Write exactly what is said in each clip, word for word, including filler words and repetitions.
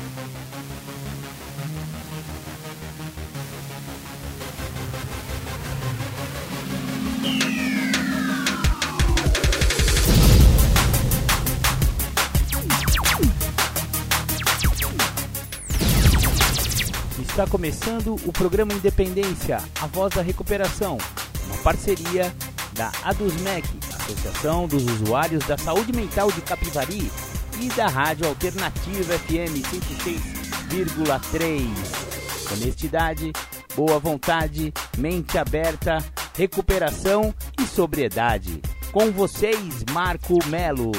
Está começando o programa Independência, a voz da recuperação, uma parceria da ADUSMEC, Associação dos Usuários da Saúde Mental de Capivari, e da Rádio Alternativa F M cento e seis vírgula três. Honestidade, boa vontade, mente aberta, recuperação e sobriedade. Com vocês, Marco Melo.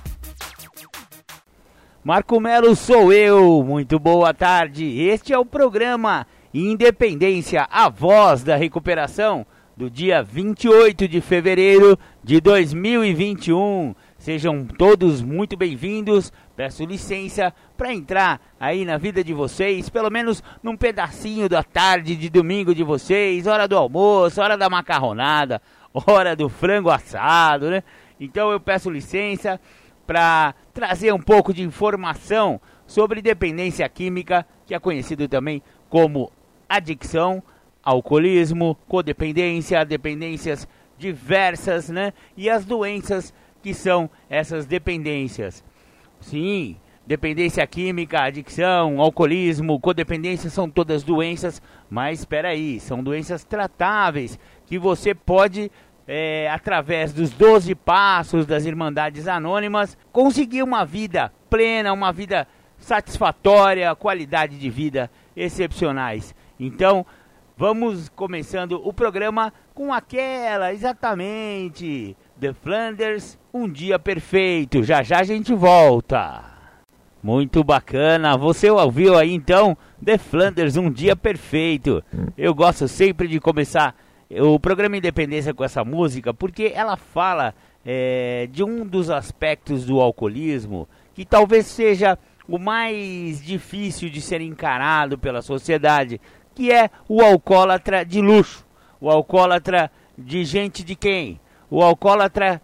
Marco Melo sou eu, muito boa tarde. Este é o programa Independência, a voz da recuperação, do dia vinte e oito de fevereiro de dois mil e vinte e um. Sejam todos muito bem-vindos. Peço licença para entrar aí na vida de vocês, pelo menos num pedacinho da tarde de domingo de vocês, hora do almoço, hora da macarronada, hora do frango assado, né? Então eu peço licença para trazer um pouco de informação sobre dependência química, que é conhecido também como adicção, alcoolismo, codependência, dependências diversas, né? E as doenças que são essas dependências. Sim, dependência química, adicção, alcoolismo, codependência são todas doenças, mas espera aí, são doenças tratáveis que você pode, é, através dos doze passos das Irmandades Anônimas, conseguir uma vida plena, uma vida satisfatória, qualidade de vida excepcionais. Então, vamos começando o programa com aquela, exatamente, The Flanders, Um Dia Perfeito. Já já a gente volta. Muito bacana. Você ouviu aí então The Flanders, Um Dia Perfeito. Eu gosto sempre de começar o programa Independência com essa música, porque ela fala é, de um dos aspectos do alcoolismo que talvez seja o mais difícil de ser encarado pela sociedade, que é o alcoólatra de luxo, o alcoólatra de gente de quem? O alcoólatra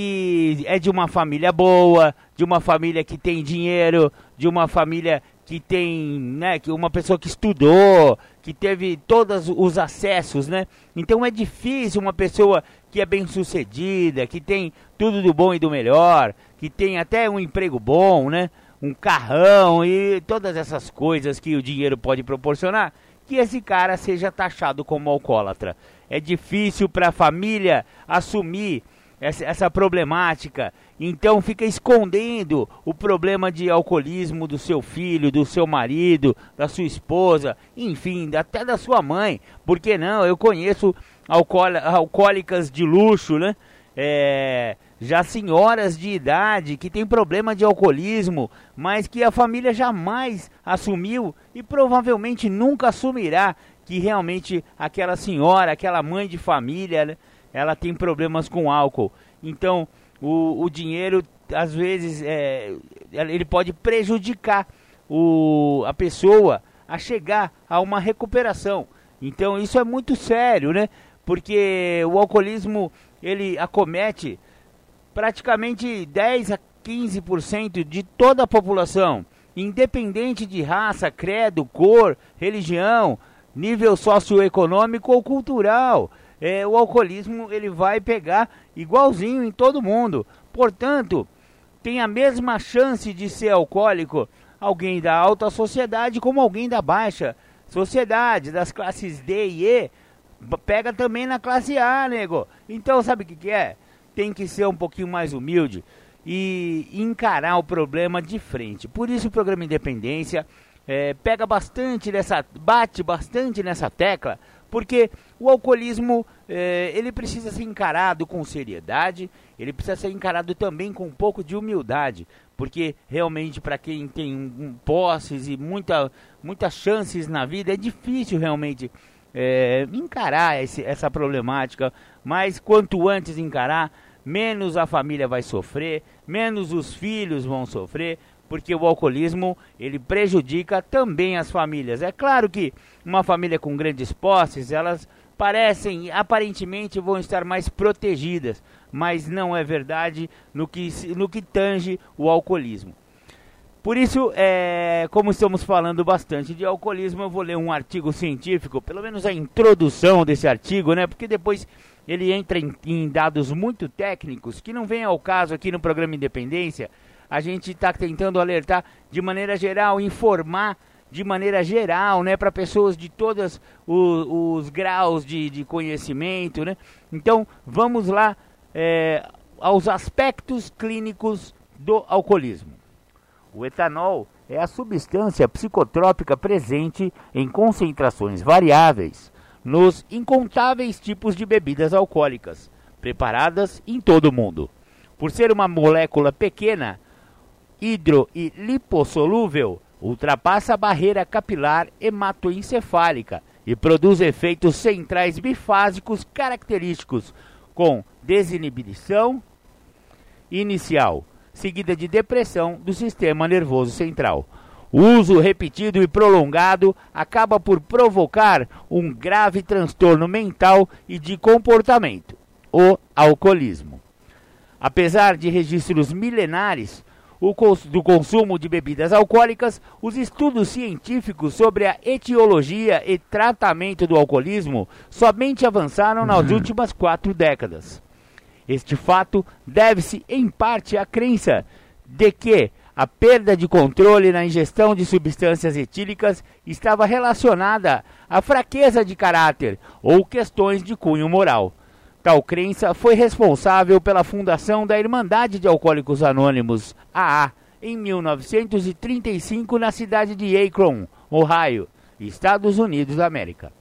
que é de uma família boa, de uma família que tem dinheiro, de uma família que tem, né, que uma pessoa que estudou, que teve todos os acessos, né? Então é difícil uma pessoa que é bem sucedida, que tem tudo do bom e do melhor, que tem até um emprego bom, né? Um carrão e todas essas coisas que o dinheiro pode proporcionar, que esse cara seja taxado como alcoólatra. É difícil para a família assumir essa, essa problemática, então fica escondendo o problema de alcoolismo do seu filho, do seu marido, da sua esposa, enfim, até da sua mãe. Por que não? Eu conheço alcoól, alcoólicas de luxo, né? É, já senhoras de idade que têm problema de alcoolismo, mas que a família jamais assumiu e provavelmente nunca assumirá, que realmente aquela senhora, aquela mãe de família, né, ela tem problemas com álcool. Então o, o dinheiro às vezes é, ele pode prejudicar o, a pessoa a chegar a uma recuperação. Então isso é muito sério, né? Porque o alcoolismo ele acomete praticamente dez a quinze por cento de toda a população, independente de raça, credo, cor, religião, nível socioeconômico ou cultural. É, o alcoolismo ele vai pegar igualzinho em todo mundo. Portanto, tem a mesma chance de ser alcoólico alguém da alta sociedade como alguém da baixa sociedade, das classes D e E. Pega também na classe A, nego. Então, sabe o que, que é? Tem que ser um pouquinho mais humilde e encarar o problema de frente. Por isso o programa Independência é, pega bastante nessa, bate bastante nessa tecla, porque o alcoolismo é, ele precisa ser encarado com seriedade, ele precisa ser encarado também com um pouco de humildade, porque realmente para quem tem um, um, posses e muita, muitas chances na vida, é difícil realmente É, encarar esse, essa problemática, mas quanto antes encarar, menos a família vai sofrer, menos os filhos vão sofrer, porque o alcoolismo ele prejudica também as famílias. É claro que uma família com grandes posses, elas parecem, aparentemente vão estar mais protegidas, mas não é verdade no que, no que tange o alcoolismo. Por isso, é, como estamos falando bastante de alcoolismo, eu vou ler um artigo científico, pelo menos a introdução desse artigo, né? Porque depois ele entra em, em dados muito técnicos que não vem ao caso aqui no programa Independência. A gente está tentando alertar de maneira geral, informar de maneira geral, né, para pessoas de todos os, os graus de, de conhecimento, né? Então, vamos lá é, aos aspectos clínicos do alcoolismo. O etanol é a substância psicotrópica presente em concentrações variáveis nos incontáveis tipos de bebidas alcoólicas, preparadas em todo o mundo. Por ser uma molécula pequena, hidro e lipossolúvel, ultrapassa a barreira capilar hematoencefálica e produz efeitos centrais bifásicos característicos, com desinibição inicial, seguida de depressão do sistema nervoso central. O uso repetido e prolongado acaba por provocar um grave transtorno mental e de comportamento, o alcoolismo. Apesar de registros milenares o cons- do consumo de bebidas alcoólicas, os estudos científicos sobre a etiologia e tratamento do alcoolismo somente avançaram nas Uhum. últimas quatro décadas. Este fato deve-se, em parte, à crença de que a perda de controle na ingestão de substâncias etílicas estava relacionada à fraqueza de caráter ou questões de cunho moral. Tal crença foi responsável pela fundação da Irmandade de Alcoólicos Anônimos, A A, em mil novecentos e trinta e cinco na cidade de Akron, Ohio, Estados Unidos da América.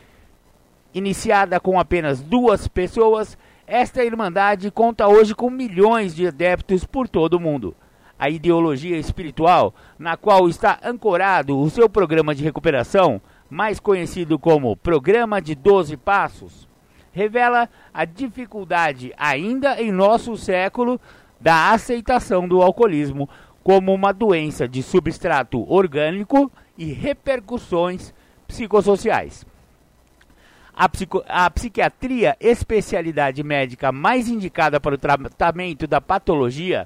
Iniciada com apenas duas pessoas, esta Irmandade conta hoje com milhões de adeptos por todo o mundo. A ideologia espiritual, na qual está ancorado o seu programa de recuperação, mais conhecido como Programa de doze Passos, revela a dificuldade ainda em nosso século da aceitação do alcoolismo como uma doença de substrato orgânico e repercussões psicossociais. A, psico, a psiquiatria, especialidade médica mais indicada para o tratamento da patologia,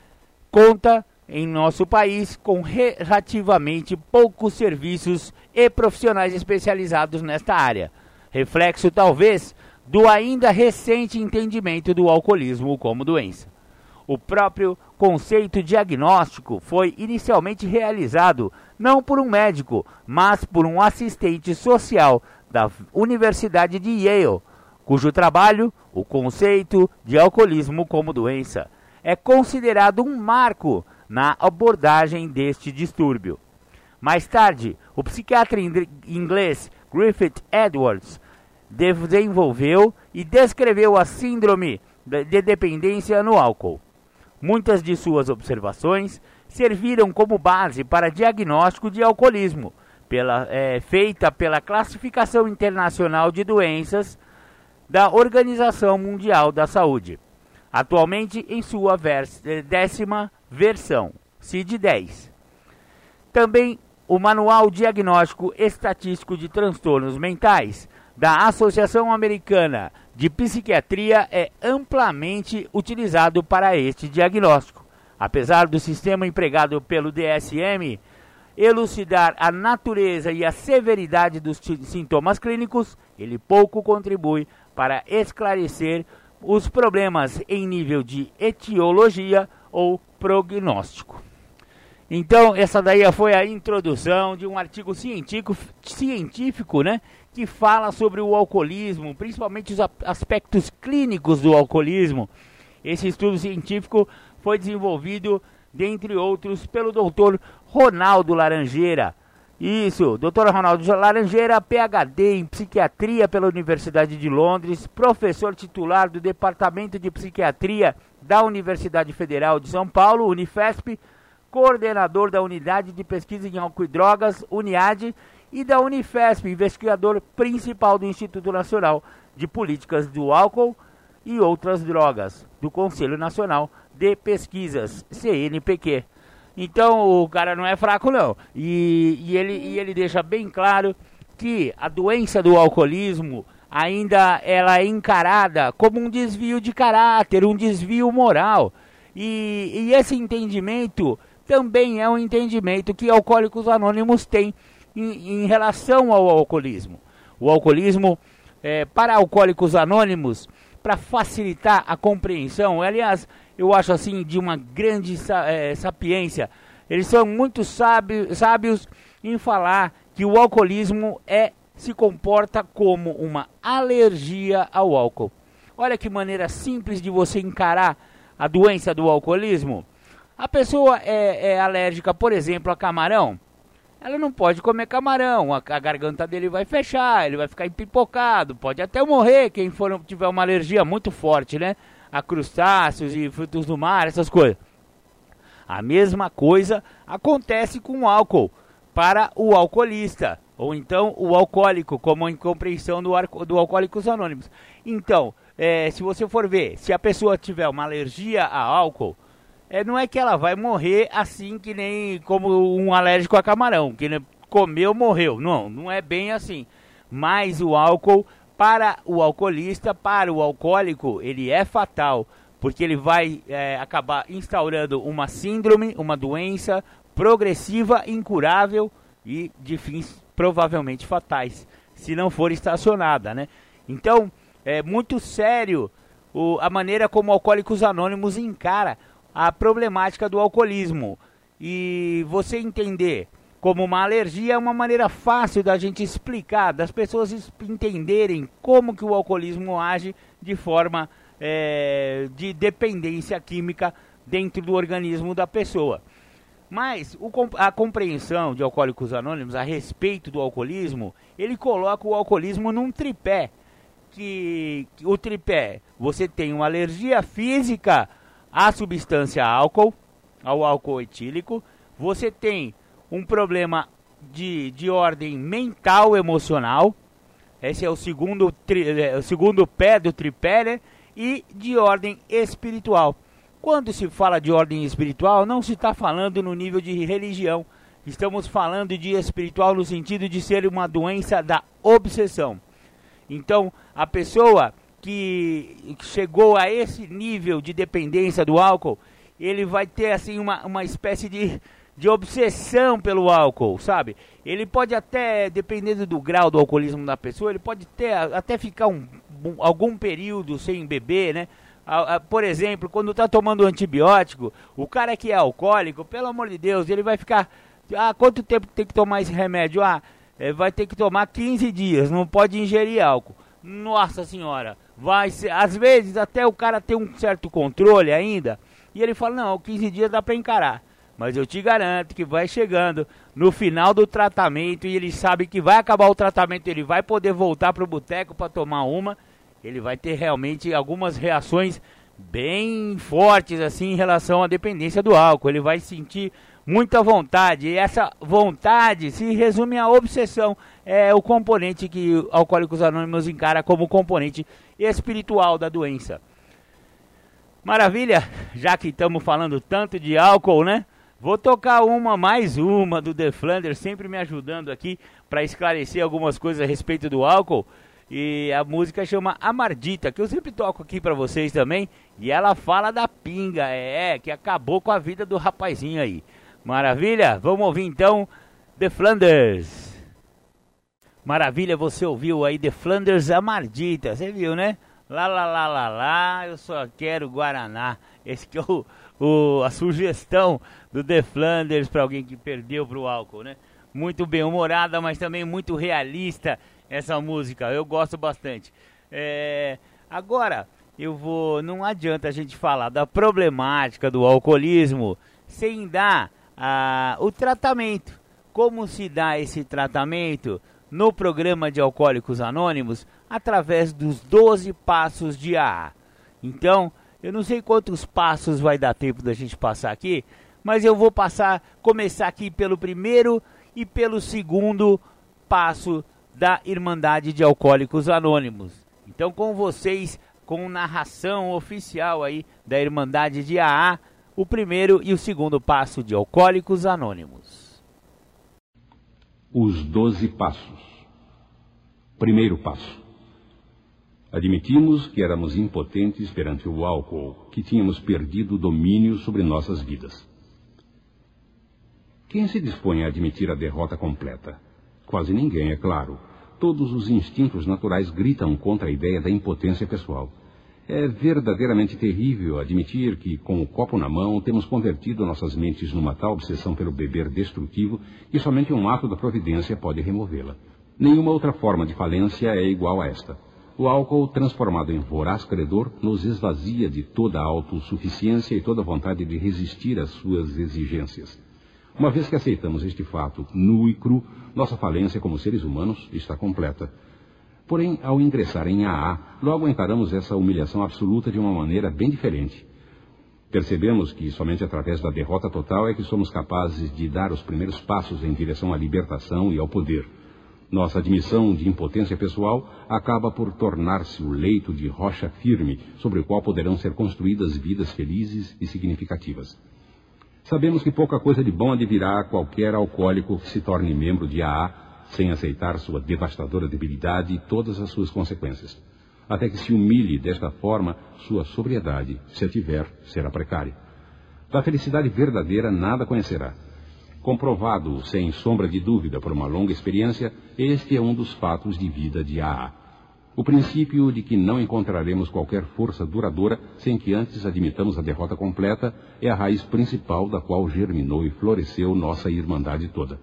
conta em nosso país com relativamente poucos serviços e profissionais especializados nesta área, reflexo talvez do ainda recente entendimento do alcoolismo como doença. O próprio conceito diagnóstico foi inicialmente realizado não por um médico, mas por um assistente social da Universidade de Yale, cujo trabalho, o conceito de alcoolismo como doença, é considerado um marco na abordagem deste distúrbio. Mais tarde, o psiquiatra inglês Griffith Edwards desenvolveu e descreveu a síndrome de dependência no álcool. Muitas de suas observações serviram como base para diagnóstico de alcoolismo, pela, é, feita pela Classificação Internacional de Doenças da Organização Mundial da Saúde, atualmente em sua vers décima versão, C I D dez. Também o Manual Diagnóstico Estatístico de Transtornos Mentais da Associação Americana de Psiquiatria é amplamente utilizado para este diagnóstico. Apesar do sistema empregado pelo D S M elucidar a natureza e a severidade dos sintomas clínicos, ele pouco contribui para esclarecer os problemas em nível de etiologia ou prognóstico. Então, essa daí foi a introdução de um artigo científico, científico, né, que fala sobre o alcoolismo, principalmente os aspectos clínicos do alcoolismo. Esse estudo científico foi desenvolvido, dentre outros, pelo doutor Ronaldo Laranjeira. Isso, doutor Ronaldo Laranjeira, P H D em Psiquiatria pela Universidade de Londres, professor titular do Departamento de Psiquiatria da Universidade Federal de São Paulo, Unifesp, coordenador da Unidade de Pesquisa em Álcool e Drogas, UNIAD, e da Unifesp, investigador principal do Instituto Nacional de Políticas do Álcool e Outras Drogas, do Conselho Nacional de Pesquisas, C N P Q. Então o cara não é fraco não, e, e, ele, e ele deixa bem claro que a doença do alcoolismo ainda ela é encarada como um desvio de caráter, um desvio moral, e, e esse entendimento também é um entendimento que Alcoólicos Anônimos têm em, em relação ao alcoolismo. O alcoolismo, é, para Alcoólicos Anônimos, para facilitar a compreensão, aliás, eu acho assim de uma grande é, sapiência, eles são muito sábios, sábios em falar que o alcoolismo é, se comporta como uma alergia ao álcool. Olha que maneira simples de você encarar a doença do alcoolismo. A pessoa é, é alérgica, por exemplo, a camarão. Ela não pode comer camarão, a, a garganta dele vai fechar, ele vai ficar empipocado, pode até morrer quem for, tiver uma alergia muito forte, né? A crustáceos e frutos do mar, essas coisas. A mesma coisa acontece com o álcool para o alcoolista, ou então o alcoólico, como a incompreensão do, do Alcoólicos Anônimos. Então, é, se você for ver, se a pessoa tiver uma alergia a álcool, é, não é que ela vai morrer assim que nem como um alérgico a camarão, que comeu, morreu. Não, não é bem assim. Mas o álcool, para o alcoolista, para o alcoólico, ele é fatal, porque ele vai é, acabar instaurando uma síndrome, uma doença progressiva, incurável e de fins provavelmente fatais, se não for estacionada, né? Então, é muito sério o, a maneira como Alcoólicos Anônimos encara a problemática do alcoolismo. E você entender como uma alergia é uma maneira fácil da gente explicar, das pessoas entenderem como que o alcoolismo age de forma é, de dependência química dentro do organismo da pessoa. Mas o, a compreensão de Alcoólicos Anônimos a respeito do alcoolismo, ele coloca o alcoolismo num tripé. Que, que o tripé, você tem uma alergia física à substância álcool, ao álcool etílico, você tem um problema de, de ordem mental, emocional, esse é o segundo, tri, é, o segundo pé do tripé, né? E de ordem espiritual. Quando se fala de ordem espiritual, não se está falando no nível de religião. Estamos falando de espiritual no sentido de ser uma doença da obsessão. Então, a pessoa que chegou a esse nível de dependência do álcool, ele vai ter assim uma, uma espécie de, de obsessão pelo álcool, sabe? Ele pode até, dependendo do grau do alcoolismo da pessoa, ele pode ter, até ficar um, um, algum período sem beber, né? Por exemplo, quando está tomando antibiótico, o cara que é alcoólico, pelo amor de Deus, ele vai ficar... Ah, quanto tempo tem que tomar esse remédio? Ah, é, vai ter que tomar quinze dias, não pode ingerir álcool. Nossa senhora, vai ser... Às vezes até o cara tem um certo controle ainda, e ele fala, não, quinze dias dá para encarar. Mas eu te garanto que vai chegando no final do tratamento, e ele sabe que vai acabar o tratamento, ele vai poder voltar para o boteco para tomar uma... Ele vai ter realmente algumas reações bem fortes assim em relação à dependência do álcool. Ele vai sentir muita vontade. E essa vontade se resume à obsessão. É o componente que Alcoólicos Anônimos encara como componente espiritual da doença. Maravilha? Já que estamos falando tanto de álcool, né? Vou tocar uma, mais uma do The Flanders, sempre me ajudando aqui para esclarecer algumas coisas a respeito do álcool. E a música chama Amardita, que eu sempre toco aqui pra vocês também. E ela fala da pinga, é, que acabou com a vida do rapazinho aí. Maravilha? Vamos ouvir então The Flanders. Maravilha, você ouviu aí The Flanders Amardita, você viu, né? Lá, lá, lá, lá, lá, eu só quero Guaraná. Esse que é o, o, a sugestão do The Flanders pra alguém que perdeu pro álcool, né? Muito bem humorada, mas também muito realista. Essa música, eu gosto bastante. É, agora, eu vou... Não adianta a gente falar da problemática do alcoolismo sem dar ah, o tratamento. Como se dá esse tratamento no programa de Alcoólicos Anônimos? Através dos doze passos de A A. Então, eu não sei quantos passos vai dar tempo da gente passar aqui, mas eu vou passar, começar aqui pelo primeiro e pelo segundo passo da Irmandade de Alcoólicos Anônimos. Então, com vocês, com narração oficial aí da Irmandade de A A, o primeiro e o segundo passo de Alcoólicos Anônimos. Os doze passos. Primeiro passo. Admitimos que éramos impotentes perante o álcool, que tínhamos perdido o domínio sobre nossas vidas. Quem se dispõe a admitir a derrota completa? Quase ninguém, é claro. Todos os instintos naturais gritam contra a ideia da impotência pessoal. É verdadeiramente terrível admitir que, com o copo na mão, temos convertido nossas mentes numa tal obsessão pelo beber destrutivo que somente um ato da providência pode removê-la. Nenhuma outra forma de falência é igual a esta. O álcool, transformado em voraz credor, nos esvazia de toda a autossuficiência e toda a vontade de resistir às suas exigências. Uma vez que aceitamos este fato nu e cru, nossa falência como seres humanos está completa. Porém, ao ingressar em A A, logo encaramos essa humilhação absoluta de uma maneira bem diferente. Percebemos que somente através da derrota total é que somos capazes de dar os primeiros passos em direção à libertação e ao poder. Nossa admissão de impotência pessoal acaba por tornar-se o leito de rocha firme sobre o qual poderão ser construídas vidas felizes e significativas. Sabemos que pouca coisa de bom advirá a qualquer alcoólico que se torne membro de A A sem aceitar sua devastadora debilidade e todas as suas consequências. Até que se humilhe desta forma, sua sobriedade, se a tiver, será precária. Da felicidade verdadeira nada conhecerá. Comprovado, sem sombra de dúvida, por uma longa experiência, este é um dos fatos de vida de A A. O princípio de que não encontraremos qualquer força duradoura sem que antes admitamos a derrota completa é a raiz principal da qual germinou e floresceu nossa irmandade toda.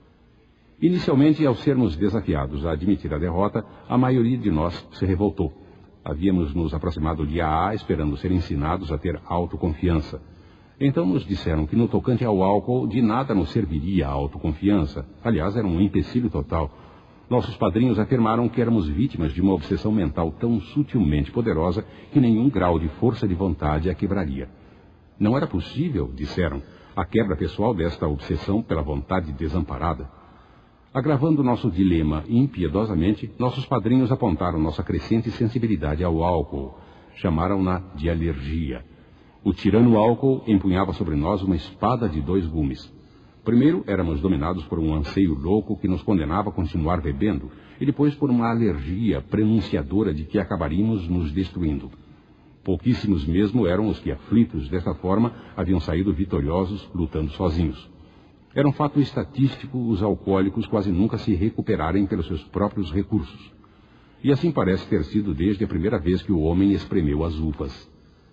Inicialmente, ao sermos desafiados a admitir a derrota, a maioria de nós se revoltou. Havíamos nos aproximado de A A esperando ser ensinados a ter autoconfiança. Então nos disseram que no tocante ao álcool de nada nos serviria a autoconfiança. Aliás, era um empecilho total. Nossos padrinhos afirmaram que éramos vítimas de uma obsessão mental tão sutilmente poderosa que nenhum grau de força de vontade a quebraria. Não era possível, disseram, a quebra pessoal desta obsessão pela vontade desamparada. Agravando nosso dilema impiedosamente, nossos padrinhos apontaram nossa crescente sensibilidade ao álcool. Chamaram-na de alergia. O tirano álcool empunhava sobre nós uma espada de dois gumes. Primeiro, éramos dominados por um anseio louco que nos condenava a continuar bebendo, e depois por uma alergia prenunciadora de que acabaríamos nos destruindo. Pouquíssimos mesmo eram os que, aflitos desta forma, haviam saído vitoriosos, lutando sozinhos. Era um fato estatístico os alcoólicos quase nunca se recuperarem pelos seus próprios recursos. E assim parece ter sido desde a primeira vez que o homem espremeu as uvas.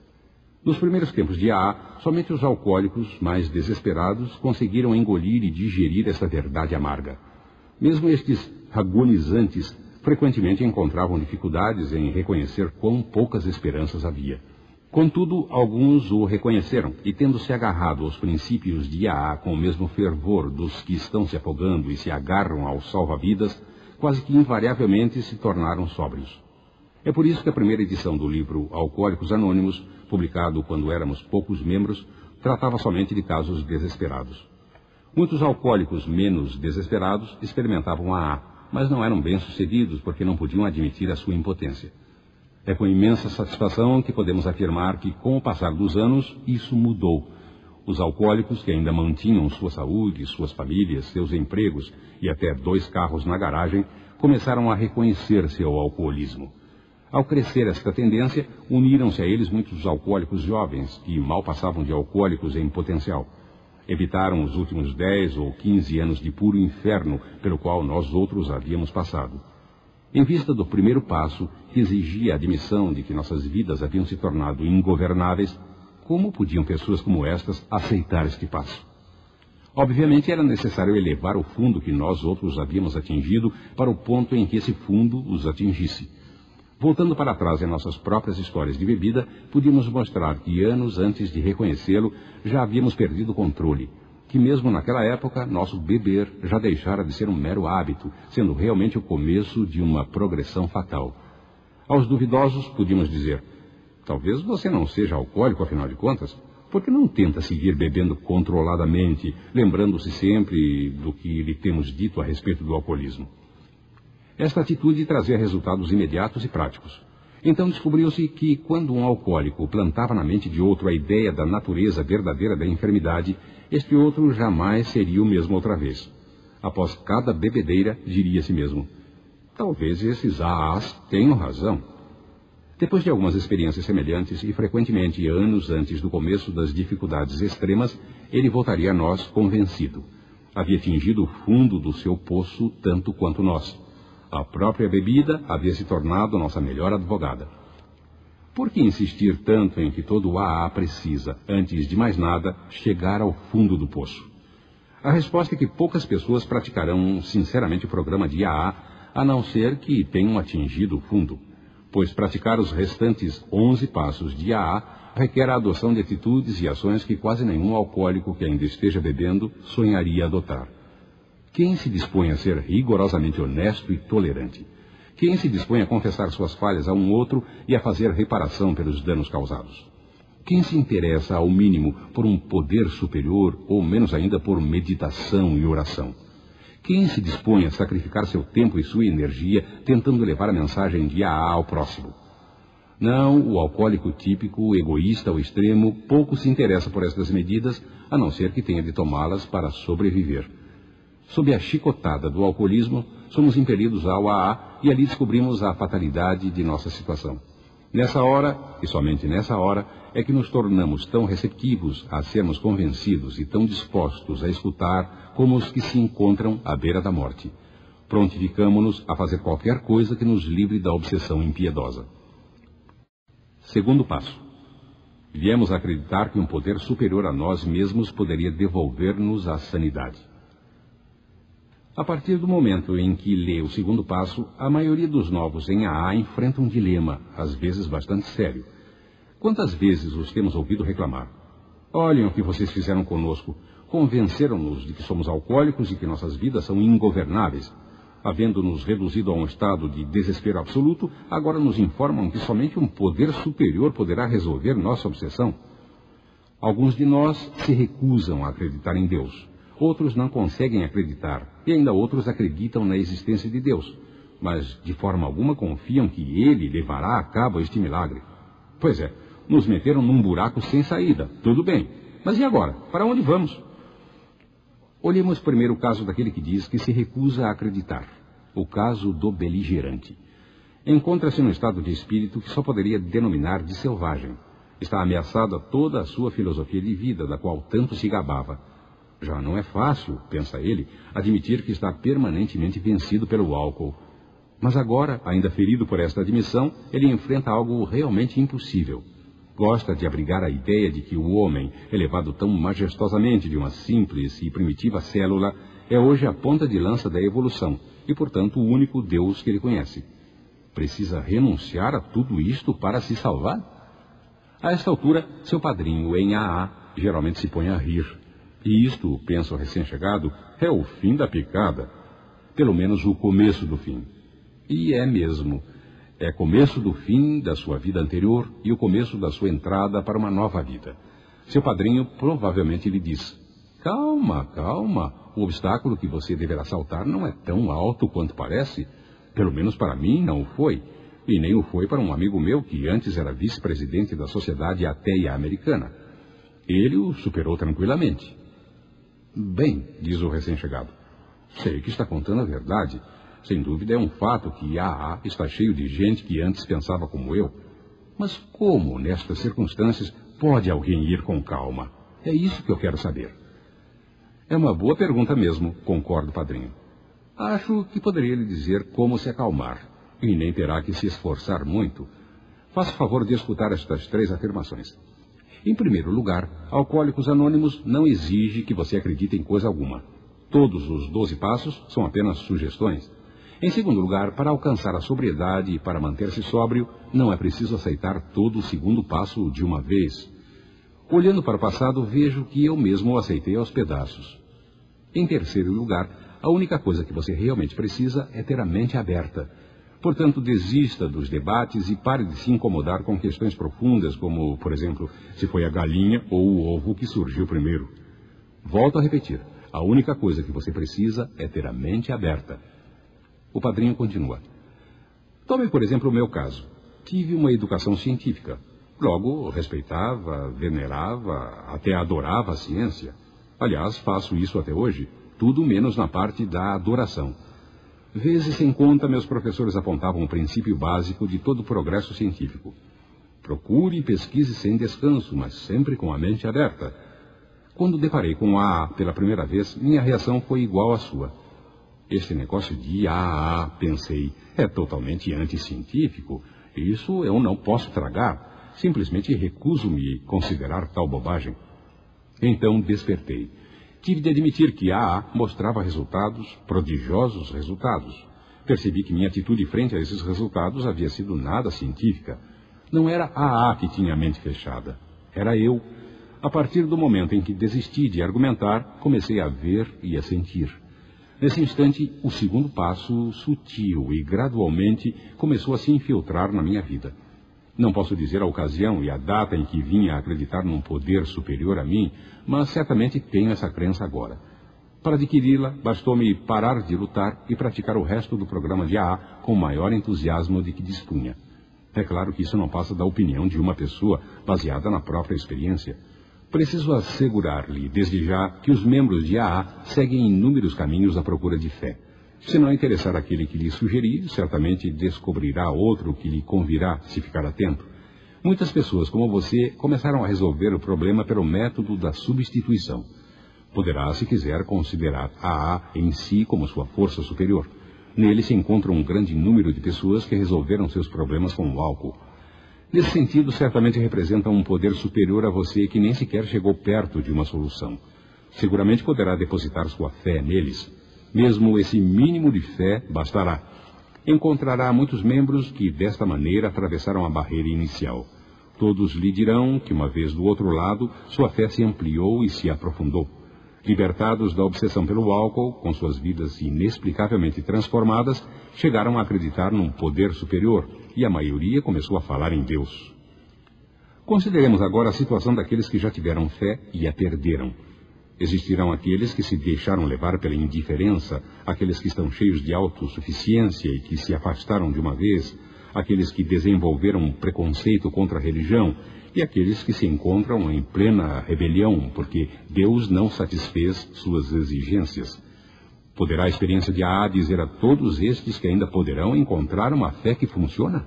Nos primeiros tempos de A A, somente os alcoólicos mais desesperados conseguiram engolir e digerir essa verdade amarga. Mesmo estes agonizantes frequentemente encontravam dificuldades em reconhecer quão poucas esperanças havia. Contudo, alguns o reconheceram e, tendo se agarrado aos princípios de A A com o mesmo fervor dos que estão se afogando e se agarram ao salva-vidas, quase que invariavelmente se tornaram sóbrios. É por isso que a primeira edição do livro Alcoólicos Anônimos, publicado quando éramos poucos membros, tratava somente de casos desesperados. Muitos alcoólicos menos desesperados experimentavam A A, mas não eram bem-sucedidos porque não podiam admitir a sua impotência. É com imensa satisfação que podemos afirmar que, com o passar dos anos, isso mudou. Os alcoólicos que ainda mantinham sua saúde, suas famílias, seus empregos e até dois carros na garagem, começaram a reconhecer seu alcoolismo. Ao crescer esta tendência, uniram-se a eles muitos alcoólicos jovens, que mal passavam de alcoólicos em potencial. Evitaram os últimos dez ou quinze anos de puro inferno pelo qual nós outros havíamos passado. Em vista do primeiro passo, que exigia a admissão de que nossas vidas haviam se tornado ingovernáveis, como podiam pessoas como estas aceitar este passo? Obviamente era necessário elevar o fundo que nós outros havíamos atingido para o ponto em que esse fundo os atingisse. Voltando para trás em nossas próprias histórias de bebida, podíamos mostrar que anos antes de reconhecê-lo, já havíamos perdido o controle, que mesmo naquela época, nosso beber já deixara de ser um mero hábito, sendo realmente o começo de uma progressão fatal. Aos duvidosos, podíamos dizer, talvez você não seja alcoólico, afinal de contas, porque não tenta seguir bebendo controladamente, lembrando-se sempre do que lhe temos dito a respeito do alcoolismo. Esta atitude trazia resultados imediatos e práticos. Então descobriu-se que, quando um alcoólico plantava na mente de outro a ideia da natureza verdadeira da enfermidade, este outro jamais seria o mesmo outra vez. Após cada bebedeira, diria a si mesmo, talvez esses A As tenham razão. Depois de algumas experiências semelhantes e frequentemente anos antes do começo das dificuldades extremas, ele voltaria a nós convencido. Havia atingido o fundo do seu poço tanto quanto nós. A própria bebida havia se tornado nossa melhor advogada. Por que insistir tanto em que todo o A A precisa, antes de mais nada, chegar ao fundo do poço? A resposta é que poucas pessoas praticarão sinceramente o programa de A A, a não ser que tenham atingido o fundo, pois praticar os restantes onze passos de A A requer a adoção de atitudes e ações que quase nenhum alcoólico que ainda esteja bebendo sonharia adotar. Quem se dispõe a ser rigorosamente honesto e tolerante? Quem se dispõe a confessar suas falhas a um outro e a fazer reparação pelos danos causados? Quem se interessa, ao mínimo, por um poder superior, ou menos ainda por meditação e oração? Quem se dispõe a sacrificar seu tempo e sua energia tentando levar a mensagem de A A ao próximo? Não, o alcoólico típico, egoísta ao extremo, pouco se interessa por estas medidas, a não ser que tenha de tomá-las para sobreviver. Sob a chicotada do alcoolismo, somos impelidos ao A A e ali descobrimos a fatalidade de nossa situação. Nessa hora, e somente nessa hora, é que nos tornamos tão receptivos a sermos convencidos e tão dispostos a escutar como os que se encontram à beira da morte. Prontificamo-nos a fazer qualquer coisa que nos livre da obsessão impiedosa. Segundo passo. Viemos a acreditar que um poder superior a nós mesmos poderia devolver-nos a sanidade. A partir do momento em que lê o segundo passo, a maioria dos novos em A A enfrenta um dilema, às vezes bastante sério. Quantas vezes os temos ouvido reclamar? Olhem o que vocês fizeram conosco. Convenceram-nos de que somos alcoólicos e que nossas vidas são ingovernáveis. Havendo-nos reduzido a um estado de desespero absoluto, agora nos informam que somente um poder superior poderá resolver nossa obsessão. Alguns de nós se recusam a acreditar em Deus. Outros não conseguem acreditar, e ainda outros acreditam na existência de Deus, mas de forma alguma confiam que Ele levará a cabo este milagre. Pois é, nos meteram num buraco sem saída, tudo bem, mas e agora? Para onde vamos? Olhemos primeiro o caso daquele que diz que se recusa a acreditar, o caso do beligerante. Encontra-se num estado de espírito que só poderia denominar de selvagem. Está ameaçada toda a sua filosofia de vida, da qual tanto se gabava. Já não é fácil, pensa ele, admitir que está permanentemente vencido pelo álcool. Mas agora, ainda ferido por esta admissão, ele enfrenta algo realmente impossível. Gosta de abrigar a ideia de que o homem, elevado tão majestosamente de uma simples e primitiva célula, é hoje a ponta de lança da evolução e, portanto, o único Deus que ele conhece. Precisa renunciar a tudo isto para se salvar? A esta altura, seu padrinho em A A geralmente se põe a rir. E isto, pensa o recém-chegado, é o fim da picada. Pelo menos o começo do fim. E é mesmo. É começo do fim da sua vida anterior e o começo da sua entrada para uma nova vida. Seu padrinho provavelmente lhe diz: calma, calma, o obstáculo que você deverá saltar não é tão alto quanto parece. Pelo menos para mim não o foi. E nem o foi para um amigo meu que antes era vice-presidente da Sociedade Ateia Americana. Ele o superou tranquilamente. Bem, diz o recém-chegado, sei que está contando a verdade. Sem dúvida é um fato que A A está cheio de gente que antes pensava como eu. Mas como, nestas circunstâncias, pode alguém ir com calma? É isso que eu quero saber. É uma boa pergunta mesmo, concorda o padrinho. Acho que poderia lhe dizer como se acalmar, e nem terá que se esforçar muito. Faça o favor de escutar estas três afirmações. Em primeiro lugar, Alcoólicos Anônimos não exige que você acredite em coisa alguma. Todos os doze passos são apenas sugestões. Em segundo lugar, para alcançar a sobriedade e para manter-se sóbrio, não é preciso aceitar todo o segundo passo de uma vez. Olhando para o passado, vejo que eu mesmo o aceitei aos pedaços. Em terceiro lugar, a única coisa que você realmente precisa é ter a mente aberta. Portanto, desista dos debates e pare de se incomodar com questões profundas, como, por exemplo, se foi a galinha ou o ovo que surgiu primeiro. Volto a repetir, a única coisa que você precisa é ter a mente aberta. O padrinho continua. Tome, por exemplo, o meu caso. Tive uma educação científica. Logo, respeitava, venerava, até adorava a ciência. Aliás, faço isso até hoje, tudo menos na parte da adoração. Vezes sem conta, meus professores apontavam o princípio básico de todo o progresso científico. Procure e pesquise sem descanso, mas sempre com a mente aberta. Quando deparei com A A pela primeira vez, minha reação foi igual à sua. Este negócio de A A, pensei, é totalmente anticientífico. Isso eu não posso tragar. Simplesmente recuso-me considerar tal bobagem. Então despertei. Tive de admitir que A A mostrava resultados, prodigiosos resultados. Percebi que minha atitude frente a esses resultados havia sido nada científica. Não era A A que tinha a mente fechada. Era eu. A partir do momento em que desisti de argumentar, comecei a ver e a sentir. Nesse instante, o segundo passo, sutil e gradualmente, começou a se infiltrar na minha vida. Não posso dizer a ocasião e a data em que vim a acreditar num poder superior a mim, mas certamente tenho essa crença agora. Para adquiri-la, bastou-me parar de lutar e praticar o resto do programa de A A com o maior entusiasmo de que dispunha. É claro que isso não passa da opinião de uma pessoa baseada na própria experiência. Preciso assegurar-lhe, desde já, que os membros de A A seguem inúmeros caminhos à procura de fé. Se não interessar aquele que lhe sugerir, certamente descobrirá outro que lhe convirá, se ficar atento. Muitas pessoas, como você, começaram a resolver o problema pelo método da substituição. Poderá, se quiser, considerar A A em si como sua força superior. Nele se encontra um grande número de pessoas que resolveram seus problemas com o álcool. Nesse sentido, certamente representa um poder superior a você que nem sequer chegou perto de uma solução. Seguramente poderá depositar sua fé neles. Mesmo esse mínimo de fé bastará. Encontrará muitos membros que, desta maneira, atravessaram a barreira inicial. Todos lhe dirão que, uma vez do outro lado, sua fé se ampliou e se aprofundou. Libertados da obsessão pelo álcool, com suas vidas inexplicavelmente transformadas, chegaram a acreditar num poder superior, e a maioria começou a falar em Deus. Consideremos agora a situação daqueles que já tiveram fé e a perderam. Existirão aqueles que se deixaram levar pela indiferença, aqueles que estão cheios de autossuficiência e que se afastaram de uma vez, aqueles que desenvolveram um preconceito contra a religião e aqueles que se encontram em plena rebelião porque Deus não satisfez suas exigências. Poderá a experiência de A A dizer a todos estes que ainda poderão encontrar uma fé que funciona?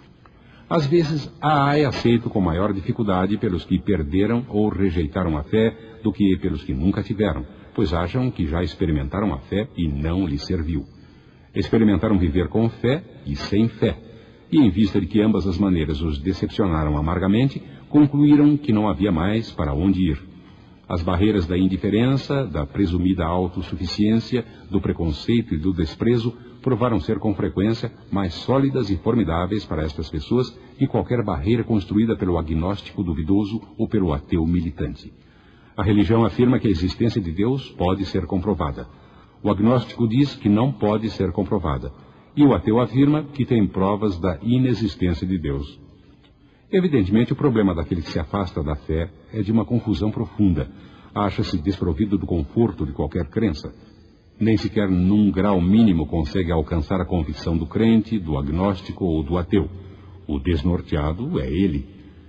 Às vezes, A A é aceito com maior dificuldade pelos que perderam ou rejeitaram a fé do que pelos que nunca tiveram, pois acham que já experimentaram a fé e não lhes serviu. Experimentaram viver com fé e sem fé, e em vista de que ambas as maneiras os decepcionaram amargamente, concluíram que não havia mais para onde ir. As barreiras da indiferença, da presumida autossuficiência, do preconceito e do desprezo provaram ser com frequência mais sólidas e formidáveis para estas pessoas que qualquer barreira construída pelo agnóstico duvidoso ou pelo ateu militante. A religião afirma que a existência de Deus pode ser comprovada. O agnóstico diz que não pode ser comprovada. E o ateu afirma que tem provas da inexistência de Deus. Evidentemente, o problema daquele que se afasta da fé é de uma confusão profunda. Acha-se desprovido do conforto de qualquer crença. Nem sequer num grau mínimo consegue alcançar a convicção do crente, do agnóstico ou do ateu. O desnorteado é ele.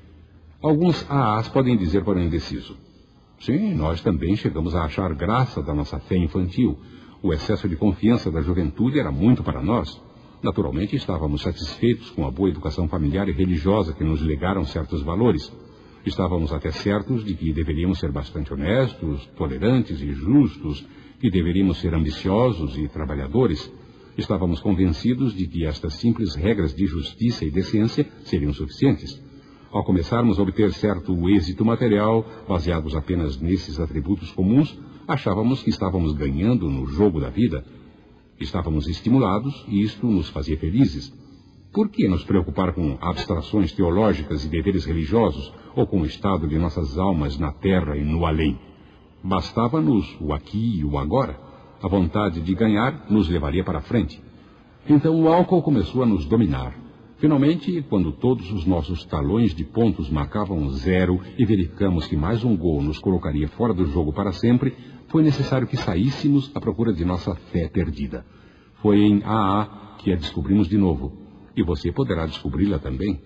Alguns aás podem dizer para o indeciso: sim, nós também chegamos a achar graça da nossa fé infantil. O excesso de confiança da juventude era muito para nós. Naturalmente, estávamos satisfeitos com a boa educação familiar e religiosa que nos legaram certos valores. Estávamos até certos de que deveríamos ser bastante honestos, tolerantes e justos, que deveríamos ser ambiciosos e trabalhadores. Estávamos convencidos de que estas simples regras de justiça e decência seriam suficientes. Ao começarmos a obter certo êxito material, baseados apenas nesses atributos comuns, achávamos que estávamos ganhando no jogo da vida. Estávamos estimulados e isto nos fazia felizes. Por que nos preocupar com abstrações teológicas e deveres religiosos, ou com o estado de nossas almas na terra e no além? Bastava-nos o aqui e o agora. A vontade de ganhar nos levaria para a frente. Então o álcool começou a nos dominar. Finalmente, quando todos os nossos talões de pontos marcavam zero e verificamos que mais um gol nos colocaria fora do jogo para sempre, foi necessário que saíssemos à procura de nossa fé perdida. Foi em A A que a descobrimos de novo. E você poderá descobri-la também.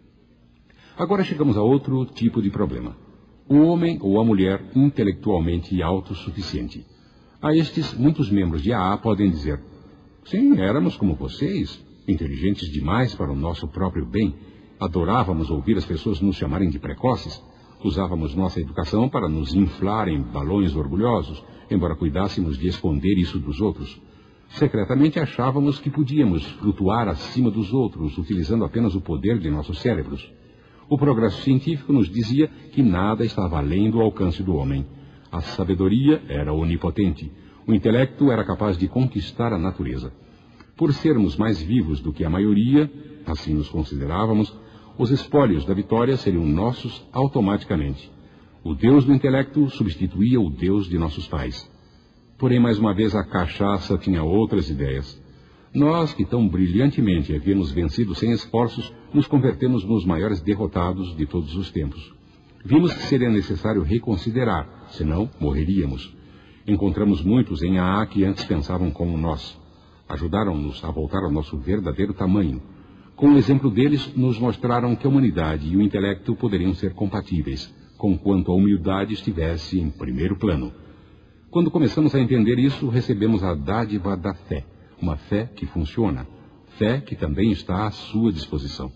Agora chegamos a outro tipo de problema. O homem ou a mulher intelectualmente autossuficiente. A estes, muitos membros de A A podem dizer: sim, éramos como vocês, inteligentes demais para o nosso próprio bem. Adorávamos ouvir as pessoas nos chamarem de precoces. Usávamos nossa educação para nos inflar em balões orgulhosos, embora cuidássemos de esconder isso dos outros. Secretamente achávamos que podíamos flutuar acima dos outros, utilizando apenas o poder de nossos cérebros. O progresso científico nos dizia que nada estava além do alcance do homem. A sabedoria era onipotente. O intelecto era capaz de conquistar a natureza. Por sermos mais vivos do que a maioria, assim nos considerávamos, os espólios da vitória seriam nossos automaticamente. O Deus do intelecto substituía o Deus de nossos pais. Porém, mais uma vez, a cachaça tinha outras ideias. Nós, que tão brilhantemente havíamos vencido sem esforços, nos convertemos nos maiores derrotados de todos os tempos. Vimos que seria necessário reconsiderar, senão morreríamos. Encontramos muitos em A A que antes pensavam como nós. Ajudaram-nos a voltar ao nosso verdadeiro tamanho. Com o exemplo deles, nos mostraram que a humanidade e o intelecto poderiam ser compatíveis, conquanto a humildade estivesse em primeiro plano. Quando começamos a entender isso, recebemos a dádiva da fé, uma fé que funciona, fé que também está à sua disposição.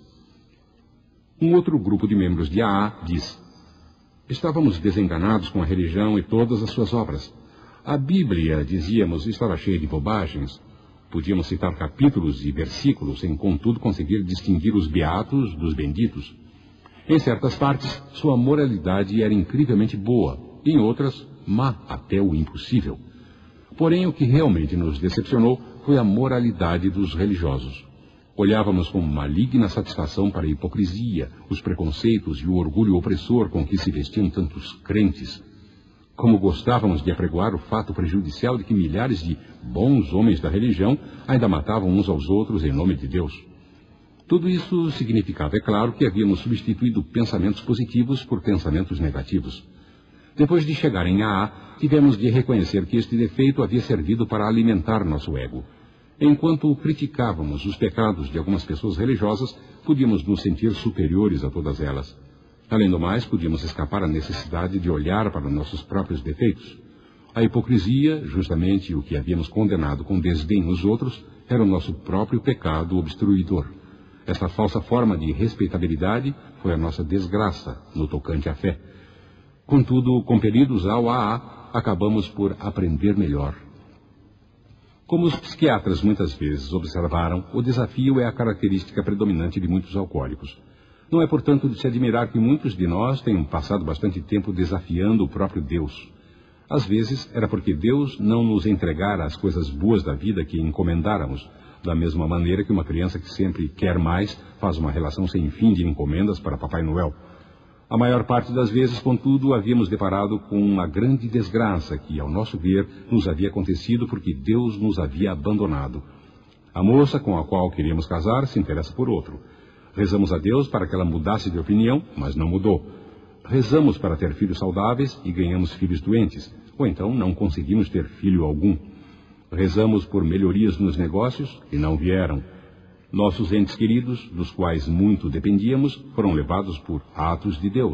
Um outro grupo de membros de A A diz: estávamos desenganados com a religião e todas as suas obras. A Bíblia, dizíamos, estava cheia de bobagens. Podíamos citar capítulos e versículos, sem contudo conseguir distinguir os beatos dos benditos. Em certas partes, sua moralidade era incrivelmente boa, em outras, má até o impossível. Porém, o que realmente nos decepcionou foi a moralidade dos religiosos. Olhávamos com maligna satisfação para a hipocrisia, os preconceitos e o orgulho opressor com que se vestiam tantos crentes. Como gostávamos de apregoar o fato prejudicial de que milhares de bons homens da religião ainda matavam uns aos outros em nome de Deus. Tudo isso significava, é claro, que havíamos substituído pensamentos positivos por pensamentos negativos. Depois de chegar em A A, tivemos de reconhecer que este defeito havia servido para alimentar nosso ego. Enquanto criticávamos os pecados de algumas pessoas religiosas, podíamos nos sentir superiores a todas elas. Além do mais, podíamos escapar à necessidade de olhar para nossos próprios defeitos. A hipocrisia, justamente o que havíamos condenado com desdém nos outros, era o nosso próprio pecado obstruidor. Esta falsa forma de respeitabilidade foi a nossa desgraça no tocante à fé. Contudo, compelidos ao A A, acabamos por aprender melhor. Como os psiquiatras muitas vezes observaram, o desafio é a característica predominante de muitos alcoólicos. Não é, portanto, de se admirar que muitos de nós tenham passado bastante tempo desafiando o próprio Deus. Às vezes, era porque Deus não nos entregara as coisas boas da vida que encomendáramos, da mesma maneira que uma criança que sempre quer mais faz uma relação sem fim de encomendas para Papai Noel. A maior parte das vezes, contudo, havíamos deparado com uma grande desgraça que, ao nosso ver, nos havia acontecido porque Deus nos havia abandonado. A moça com a qual queríamos casar se interessa por outro. Rezamos a Deus para que ela mudasse de opinião, mas não mudou. Rezamos para ter filhos saudáveis e ganhamos filhos doentes, ou então não conseguimos ter filho algum. Rezamos por melhorias nos negócios e não vieram. Nossos entes queridos, dos quais muito dependíamos, foram levados por atos de Deus.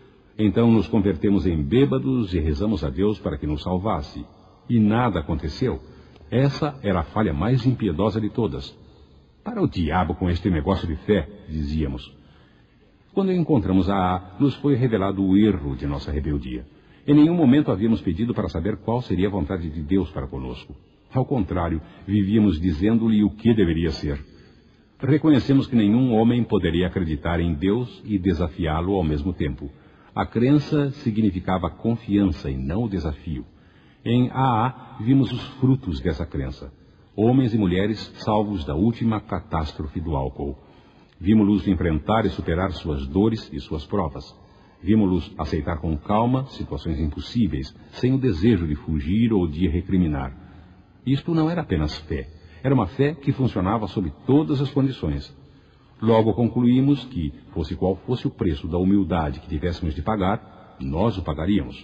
Então nos convertemos em bêbados e rezamos a Deus para que nos salvasse. E nada aconteceu. Essa era a falha mais impiedosa de todas. Para o diabo com este negócio de fé, dizíamos. Quando encontramos a A, nos foi revelado o erro de nossa rebeldia. Em nenhum momento havíamos pedido para saber qual seria a vontade de Deus para conosco. Ao contrário, vivíamos dizendo-lhe o que deveria ser. Reconhecemos que nenhum homem poderia acreditar em Deus e desafiá-lo ao mesmo tempo. A crença significava confiança e não o desafio. Em A A, vimos os frutos dessa crença. Homens e mulheres salvos da última catástrofe do álcool. Vimos-los enfrentar e superar suas dores e suas provas. Vimos-los aceitar com calma situações impossíveis, sem o desejo de fugir ou de recriminar. Isto não era apenas fé. Era uma fé que funcionava sob todas as condições. Logo concluímos que, fosse qual fosse o preço da humildade que tivéssemos de pagar, nós o pagaríamos.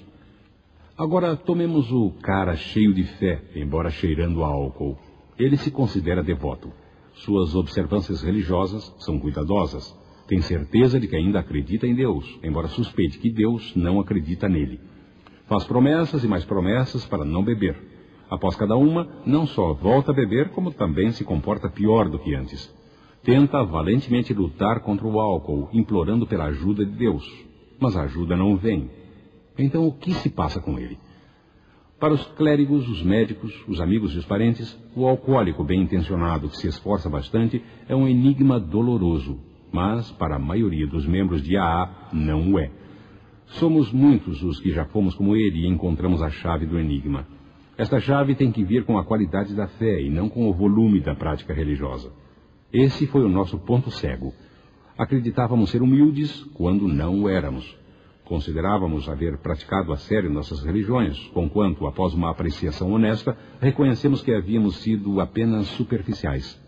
Agora, tomemos o cara cheio de fé, embora cheirando a álcool. Ele se considera devoto. Suas observâncias religiosas são cuidadosas. Tem certeza de que ainda acredita em Deus, embora suspeite que Deus não acredita nele. Faz promessas e mais promessas para não beber. Após cada uma, não só volta a beber, como também se comporta pior do que antes. Tenta valentemente lutar contra o álcool, implorando pela ajuda de Deus. mas a ajuda não vem. Então o que se passa com ele? Para os clérigos, os médicos, os amigos e os parentes, o alcoólico bem intencionado que se esforça bastante é um enigma doloroso, mas para a maioria dos membros de A A não o é. Somos muitos os que já fomos como ele e encontramos a chave do enigma. Esta chave tem que vir com a qualidade da fé e não com o volume da prática religiosa. Esse foi o nosso ponto cego. Acreditávamos ser humildes quando não o éramos. Considerávamos haver praticado a sério nossas religiões, conquanto, após uma apreciação honesta, reconhecemos que havíamos sido apenas superficiais.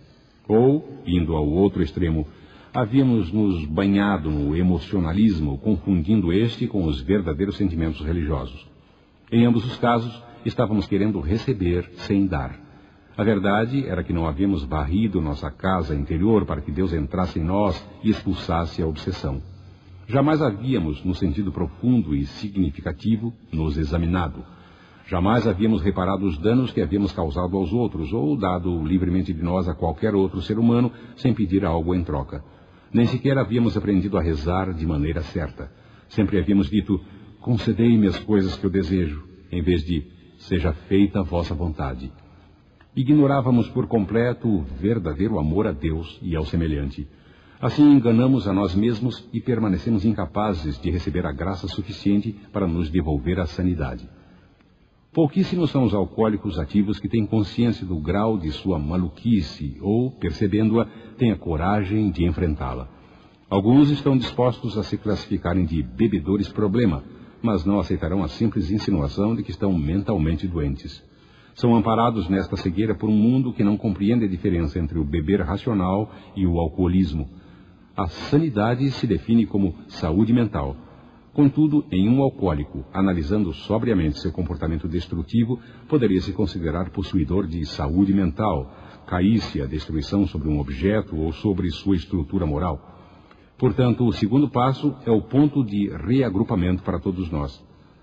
Ou, indo ao outro extremo, havíamos nos banhado no emocionalismo, confundindo este com os verdadeiros sentimentos religiosos. Em ambos os casos, estávamos querendo receber sem dar. A verdade era que não havíamos varrido nossa casa interior para que Deus entrasse em nós e expulsasse a obsessão. Jamais havíamos, no sentido profundo e significativo, nos examinado. Jamais havíamos reparado os danos que havíamos causado aos outros ou dado livremente de nós a qualquer outro ser humano sem pedir algo em troca. Nem sequer havíamos aprendido a rezar de maneira certa. Sempre havíamos dito, concedei-me as coisas que eu desejo, em vez de, seja feita a vossa vontade. Ignorávamos por completo o verdadeiro amor a Deus e ao semelhante. Assim enganamos a nós mesmos e permanecemos incapazes de receber a graça suficiente para nos devolver a sanidade. Pouquíssimos são os alcoólicos ativos que têm consciência do grau de sua maluquice ou, percebendo-a, têm a coragem de enfrentá-la. Alguns estão dispostos a se classificarem de bebedores problema, mas não aceitarão a simples insinuação de que estão mentalmente doentes. São amparados nesta cegueira por um mundo que não compreende a diferença entre o beber racional e o alcoolismo. A sanidade se define como saúde mental. Contudo, em um alcoólico, analisando sobriamente seu comportamento destrutivo, poderia se considerar possuidor de saúde mental, caísse a destruição sobre um objeto ou sobre sua estrutura moral. Portanto, o segundo passo é o ponto de reagrupamento para todos nós.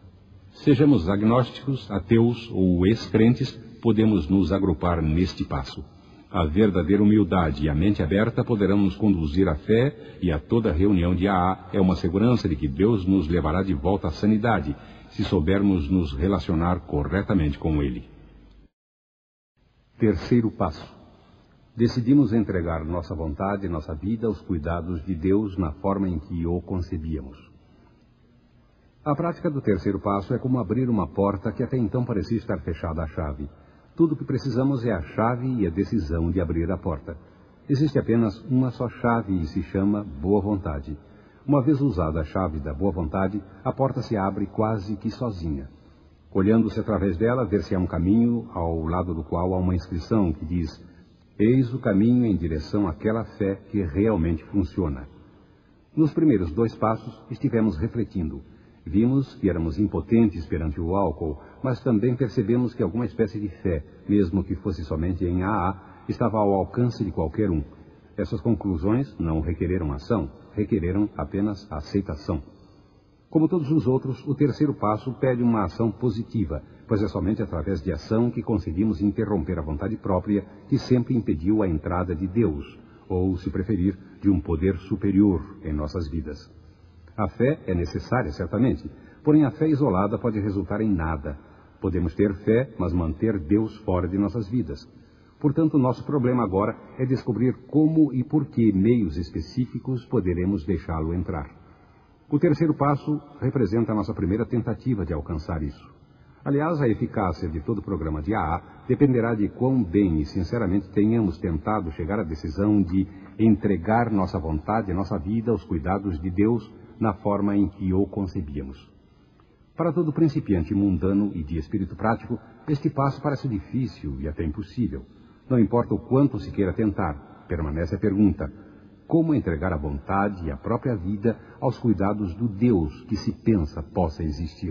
Sejamos agnósticos, ateus ou ex-crentes, podemos nos agrupar neste passo. A verdadeira humildade e a mente aberta poderão nos conduzir à fé, e a toda reunião de A A é uma segurança de que Deus nos levará de volta à sanidade, se soubermos nos relacionar corretamente com Ele. Terceiro passo. Decidimos entregar nossa vontade e nossa vida aos cuidados de Deus na forma em que o concebíamos. A prática do terceiro passo é como abrir uma porta que até então parecia estar fechada à chave. Tudo o que precisamos é a chave e a decisão de abrir a porta. Existe apenas uma só chave e se chama boa vontade. Uma vez usada a chave da boa vontade, a porta se abre quase que sozinha. Olhando-se através dela, ver-se há um caminho ao lado do qual há uma inscrição que diz: eis o caminho em direção àquela fé que realmente funciona. Nos primeiros dois passos, estivemos refletindo. Vimos que éramos impotentes perante o álcool, mas também percebemos que alguma espécie de fé, mesmo que fosse somente em A A, estava ao alcance de qualquer um. Essas conclusões não requereram ação, requereram apenas aceitação. Como todos os outros, o terceiro passo pede uma ação positiva, pois é somente através de ação que conseguimos interromper a vontade própria que sempre impediu a entrada de Deus, ou, se preferir, de um poder superior em nossas vidas. A fé é necessária, certamente, porém a fé isolada pode resultar em nada. Podemos ter fé, mas manter Deus fora de nossas vidas. Portanto, nosso problema agora é descobrir como e por que meios específicos poderemos deixá-lo entrar. O terceiro passo representa a nossa primeira tentativa de alcançar isso. Aliás, a eficácia de todo o programa de A A dependerá de quão bem e sinceramente tenhamos tentado chegar à decisão de entregar nossa vontade e nossa vida aos cuidados de Deus na forma em que o concebíamos. Para todo principiante mundano e de espírito prático, este passo parece difícil e até impossível. Não importa o quanto se queira tentar, permanece a pergunta: como entregar a vontade e a própria vida aos cuidados do Deus que se pensa possa existir?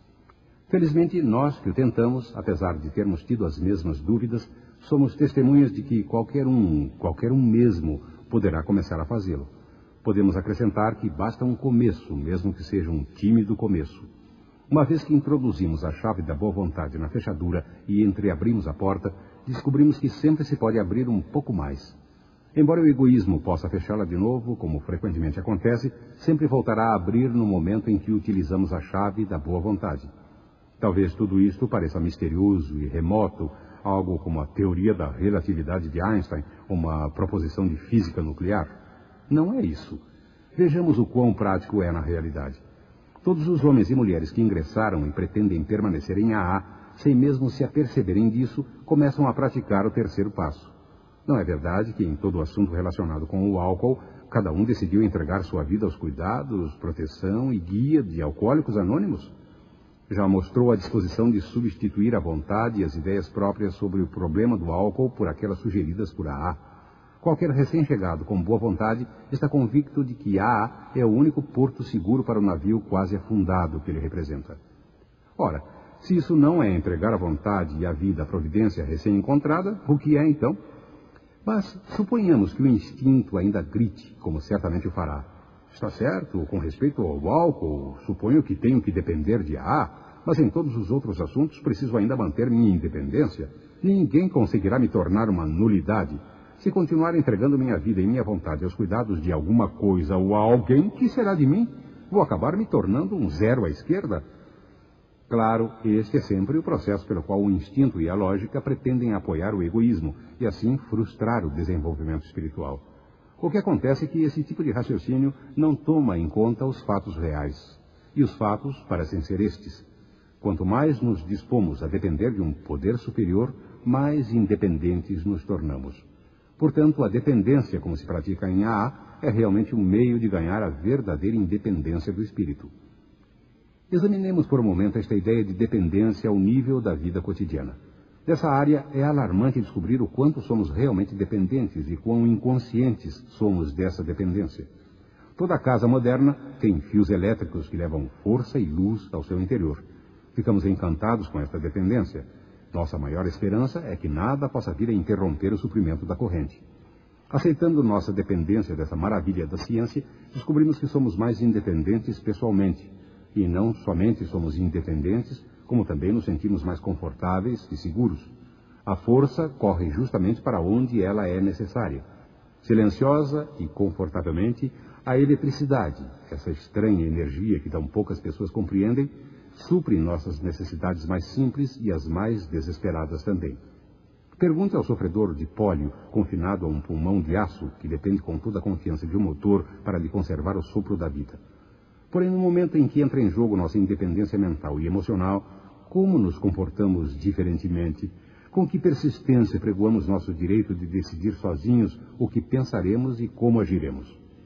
Felizmente, nós que o tentamos, apesar de termos tido as mesmas dúvidas, somos testemunhas de que qualquer um, qualquer um mesmo, poderá começar a fazê-lo. Podemos acrescentar que basta um começo, mesmo que seja um tímido começo. Uma vez que introduzimos a chave da boa vontade na fechadura e entreabrimos a porta, descobrimos que sempre se pode abrir um pouco mais. Embora o egoísmo possa fechá-la de novo, como frequentemente acontece, sempre voltará a abrir no momento em que utilizamos a chave da boa vontade. Talvez tudo isto pareça misterioso e remoto, algo como a teoria da relatividade de Einstein, uma proposição de física nuclear. Não é isso. Vejamos o quão prático é na realidade. Todos os homens e mulheres que ingressaram e pretendem permanecer em A A, sem mesmo se aperceberem disso, começam a praticar o terceiro passo. Não é verdade que em todo o assunto relacionado com o álcool, cada um decidiu entregar sua vida aos cuidados, proteção e guia de alcoólicos anônimos? Já mostrou a disposição de substituir a vontade e as ideias próprias sobre o problema do álcool por aquelas sugeridas por A A. Qualquer recém-chegado com boa vontade está convicto de que A A é o único porto seguro para o navio quase afundado que ele representa. Ora, se isso não é entregar a vontade e a vida à providência recém-encontrada, o que é então? Mas suponhamos que o instinto ainda grite, como certamente o fará. Está certo, com respeito ao álcool, suponho que tenho que depender de A A, mas em todos os outros assuntos preciso ainda manter minha independência. Ninguém conseguirá me tornar uma nulidade. Se continuar entregando minha vida e minha vontade aos cuidados de alguma coisa ou a alguém, que será de mim? Vou acabar me tornando um zero à esquerda? Claro, este é sempre o processo pelo qual o instinto e a lógica pretendem apoiar o egoísmo e assim frustrar o desenvolvimento espiritual. O que acontece é que esse tipo de raciocínio não toma em conta os fatos reais. E os fatos parecem ser estes. Quanto mais nos dispomos a depender de um poder superior, mais independentes nos tornamos. Portanto, a dependência, como se pratica em A A, é realmente um meio de ganhar a verdadeira independência do espírito. Examinemos por um momento esta ideia de dependência ao nível da vida cotidiana. Dessa área, é alarmante descobrir o quanto somos realmente dependentes e quão inconscientes somos dessa dependência. Toda casa moderna tem fios elétricos que levam força e luz ao seu interior. Ficamos encantados com esta dependência. Nossa maior esperança é que nada possa vir a interromper o suprimento da corrente. Aceitando nossa dependência dessa maravilha da ciência, descobrimos que somos mais independentes pessoalmente. E não somente somos independentes, como também nos sentimos mais confortáveis e seguros. A força corre justamente para onde ela é necessária. Silenciosa e confortavelmente, a eletricidade, essa estranha energia que tão poucas pessoas compreendem, supre nossas necessidades mais simples e as mais desesperadas também. Pergunte ao sofredor de pólio, confinado a um pulmão de aço, que depende com toda a confiança de um motor para lhe conservar o sopro da vida. Porém, no momento em que entra em jogo nossa independência mental e emocional, como nos comportamos diferentemente? Com que persistência pregoamos nosso direito de decidir sozinhos o que pensaremos e como agiremos?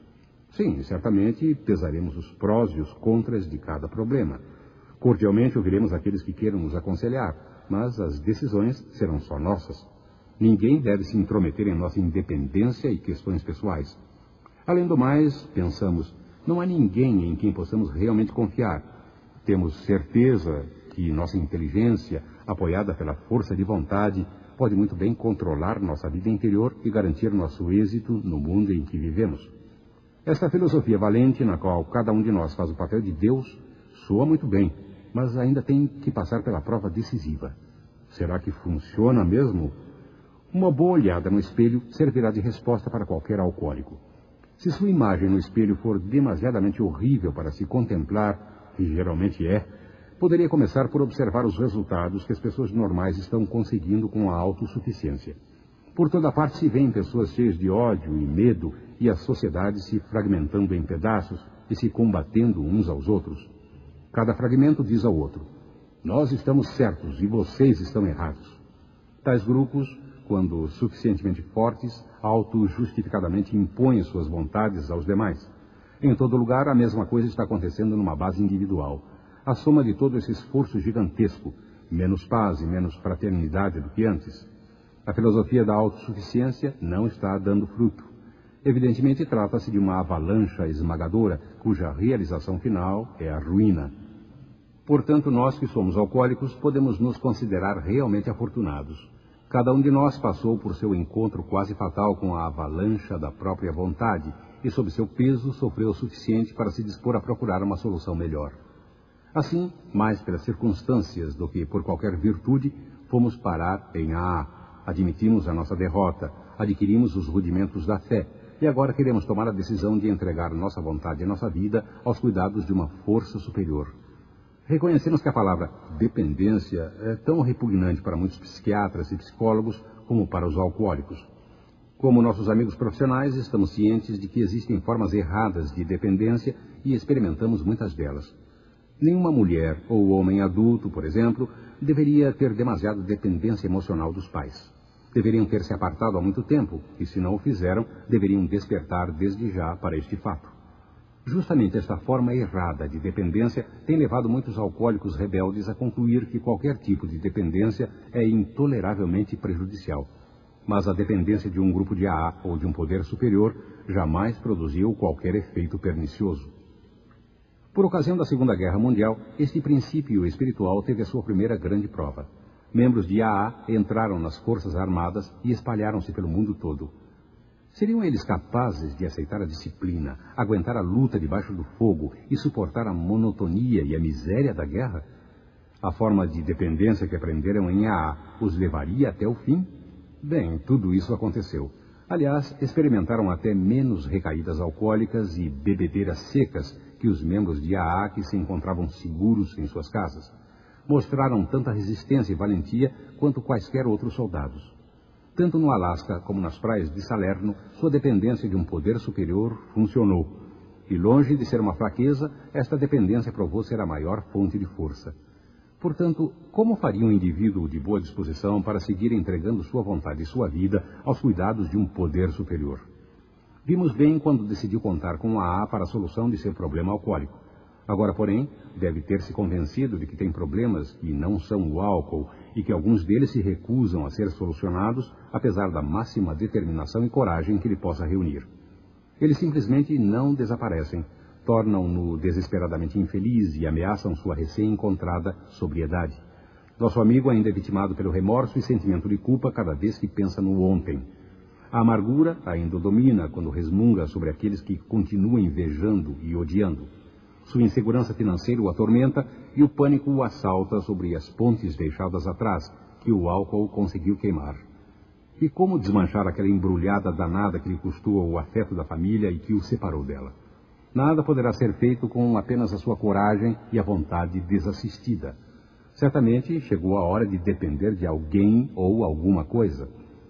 Sim, certamente pesaremos os prós e os contras de cada problema. Cordialmente ouviremos aqueles que queiram nos aconselhar, mas as decisões serão só nossas. Ninguém deve se intrometer em nossa independência e questões pessoais. Além do mais, pensamos, não há ninguém em quem possamos realmente confiar. Temos certeza que nossa inteligência, apoiada pela força de vontade, pode muito bem controlar nossa vida interior e garantir nosso êxito no mundo em que vivemos. Esta filosofia valente, na qual cada um de nós faz o papel de Deus, soa muito bem, mas ainda tem que passar pela prova decisiva. Será que funciona mesmo? Uma boa olhada no espelho servirá de resposta para qualquer alcoólico. Se sua imagem no espelho for demasiadamente horrível para se contemplar, e geralmente é, poderia começar por observar os resultados que as pessoas normais estão conseguindo com a autossuficiência. Por toda parte se vêem pessoas cheias de ódio e medo e a sociedade se fragmentando em pedaços e se combatendo uns aos outros. Cada fragmento diz ao outro, nós estamos certos e vocês estão errados. Tais grupos, quando suficientemente fortes, auto-justificadamente impõem suas vontades aos demais. Em todo lugar, a mesma coisa está acontecendo numa base individual. A soma de todo esse esforço gigantesco, menos paz e menos fraternidade do que antes. A filosofia da autossuficiência não está dando fruto. Evidentemente, trata-se de uma avalanche esmagadora, cuja realização final é a ruína. Portanto, nós que somos alcoólicos, podemos nos considerar realmente afortunados. Cada um de nós passou por seu encontro quase fatal com a avalanche da própria vontade e, sob seu peso, sofreu o suficiente para se dispor a procurar uma solução melhor. Assim, mais pelas circunstâncias do que por qualquer virtude, fomos parar em A A. admitimos a nossa derrota, adquirimos os rudimentos da fé, e agora queremos tomar a decisão de entregar nossa vontade e nossa vida aos cuidados de uma força superior. Reconhecemos que a palavra dependência é tão repugnante para muitos psiquiatras e psicólogos como para os alcoólicos. Como nossos amigos profissionais, estamos cientes de que existem formas erradas de dependência e experimentamos muitas delas. Nenhuma mulher ou homem adulto, por exemplo, deveria ter demasiada dependência emocional dos pais. Deveriam ter se apartado há muito tempo, e se não o fizeram, deveriam despertar desde já para este fato. Justamente esta forma errada de dependência tem levado muitos alcoólicos rebeldes a concluir que qualquer tipo de dependência é intoleravelmente prejudicial. Mas a dependência de um grupo de A A ou de um poder superior jamais produziu qualquer efeito pernicioso. Por ocasião da Segunda Guerra Mundial, este princípio espiritual teve a sua primeira grande prova. Membros de A A entraram nas Forças Armadas e espalharam-se pelo mundo todo. Seriam eles capazes de aceitar a disciplina, aguentar a luta debaixo do fogo e suportar a monotonia e a miséria da guerra? A forma de dependência que aprenderam em A A os levaria até o fim? Bem, tudo isso aconteceu. Aliás, experimentaram até menos recaídas alcoólicas e bebedeiras secas que os membros de A A que se encontravam seguros em suas casas. Mostraram tanta resistência e valentia quanto quaisquer outros soldados. Tanto no Alasca como nas praias de Salerno, sua dependência de um poder superior funcionou. E longe de ser uma fraqueza, esta dependência provou ser a maior fonte de força. Portanto, como faria um indivíduo de boa disposição para seguir entregando sua vontade e sua vida aos cuidados de um poder superior? Vimos bem quando decidiu contar com a A A para a solução de seu problema alcoólico. Agora, porém, deve ter se convencido de que tem problemas que não são o álcool e que alguns deles se recusam a ser solucionados, apesar da máxima determinação e coragem que ele possa reunir. Eles simplesmente não desaparecem, tornam-no desesperadamente infeliz e ameaçam sua recém-encontrada sobriedade. Nosso amigo ainda é vitimado pelo remorso e sentimento de culpa cada vez que pensa no ontem. A amargura ainda o domina quando resmunga sobre aqueles que continuam invejando e odiando. Sua insegurança financeira o atormenta e o pânico o assalta sobre as pontes deixadas atrás, que o álcool conseguiu queimar. E como desmanchar aquela embrulhada danada que lhe custou o afeto da família e que o separou dela? Nada poderá ser feito com apenas a sua coragem e a vontade desassistida. Certamente chegou a hora de depender de alguém ou alguma coisa.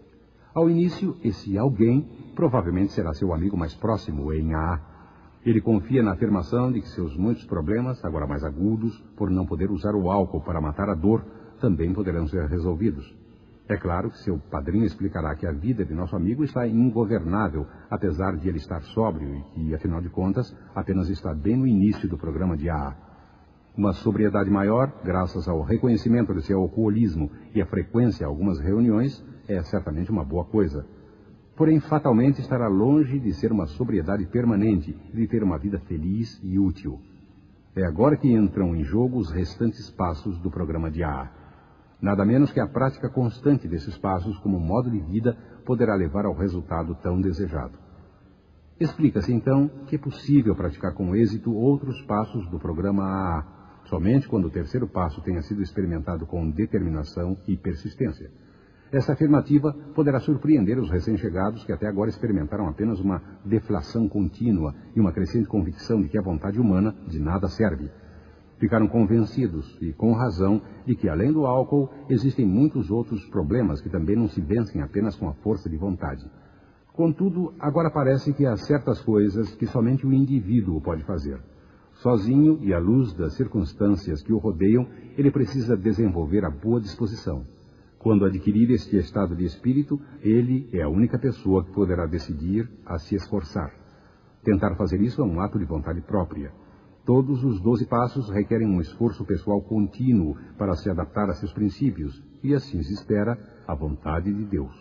Ao início, esse alguém provavelmente será seu amigo mais próximo em A A. Ele confia na afirmação de que seus muitos problemas, agora mais agudos, por não poder usar o álcool para matar a dor, também poderão ser resolvidos. É claro que seu padrinho explicará que a vida de nosso amigo está ingovernável, apesar de ele estar sóbrio e que, afinal de contas, apenas está bem no início do programa de A A. Uma sobriedade maior, graças ao reconhecimento de seu alcoolismo e à frequência a algumas reuniões, é certamente uma boa coisa. Porém, fatalmente estará longe de ser uma sobriedade permanente e de ter uma vida feliz e útil. É agora que entram em jogo os restantes passos do programa de A A. Nada menos que a prática constante desses passos como modo de vida poderá levar ao resultado tão desejado. Explica-se, então, que é possível praticar com êxito outros passos do programa A A, somente quando o terceiro passo tenha sido experimentado com determinação e persistência. Essa afirmativa poderá surpreender os recém-chegados que até agora experimentaram apenas uma deflação contínua e uma crescente convicção de que a vontade humana de nada serve. Ficaram convencidos, e com razão, de que além do álcool existem muitos outros problemas que também não se vencem apenas com a força de vontade. Contudo, agora parece que há certas coisas que somente o indivíduo pode fazer. Sozinho e à luz das circunstâncias que o rodeiam, ele precisa desenvolver a boa disposição. Quando adquirir este estado de espírito, ele é a única pessoa que poderá decidir a se esforçar. Tentar fazer isso é um ato de vontade própria. Todos os doze passos requerem um esforço pessoal contínuo para se adaptar a seus princípios, e assim se espera a vontade de Deus.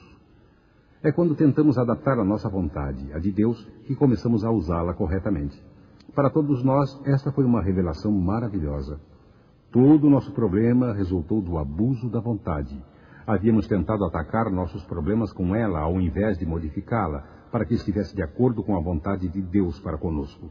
É quando tentamos adaptar a nossa vontade, a de Deus, que começamos a usá-la corretamente. Para todos nós, esta foi uma revelação maravilhosa. Todo o nosso problema resultou do abuso da vontade. Havíamos tentado atacar nossos problemas com ela, ao invés de modificá-la, para que estivesse de acordo com a vontade de Deus para conosco.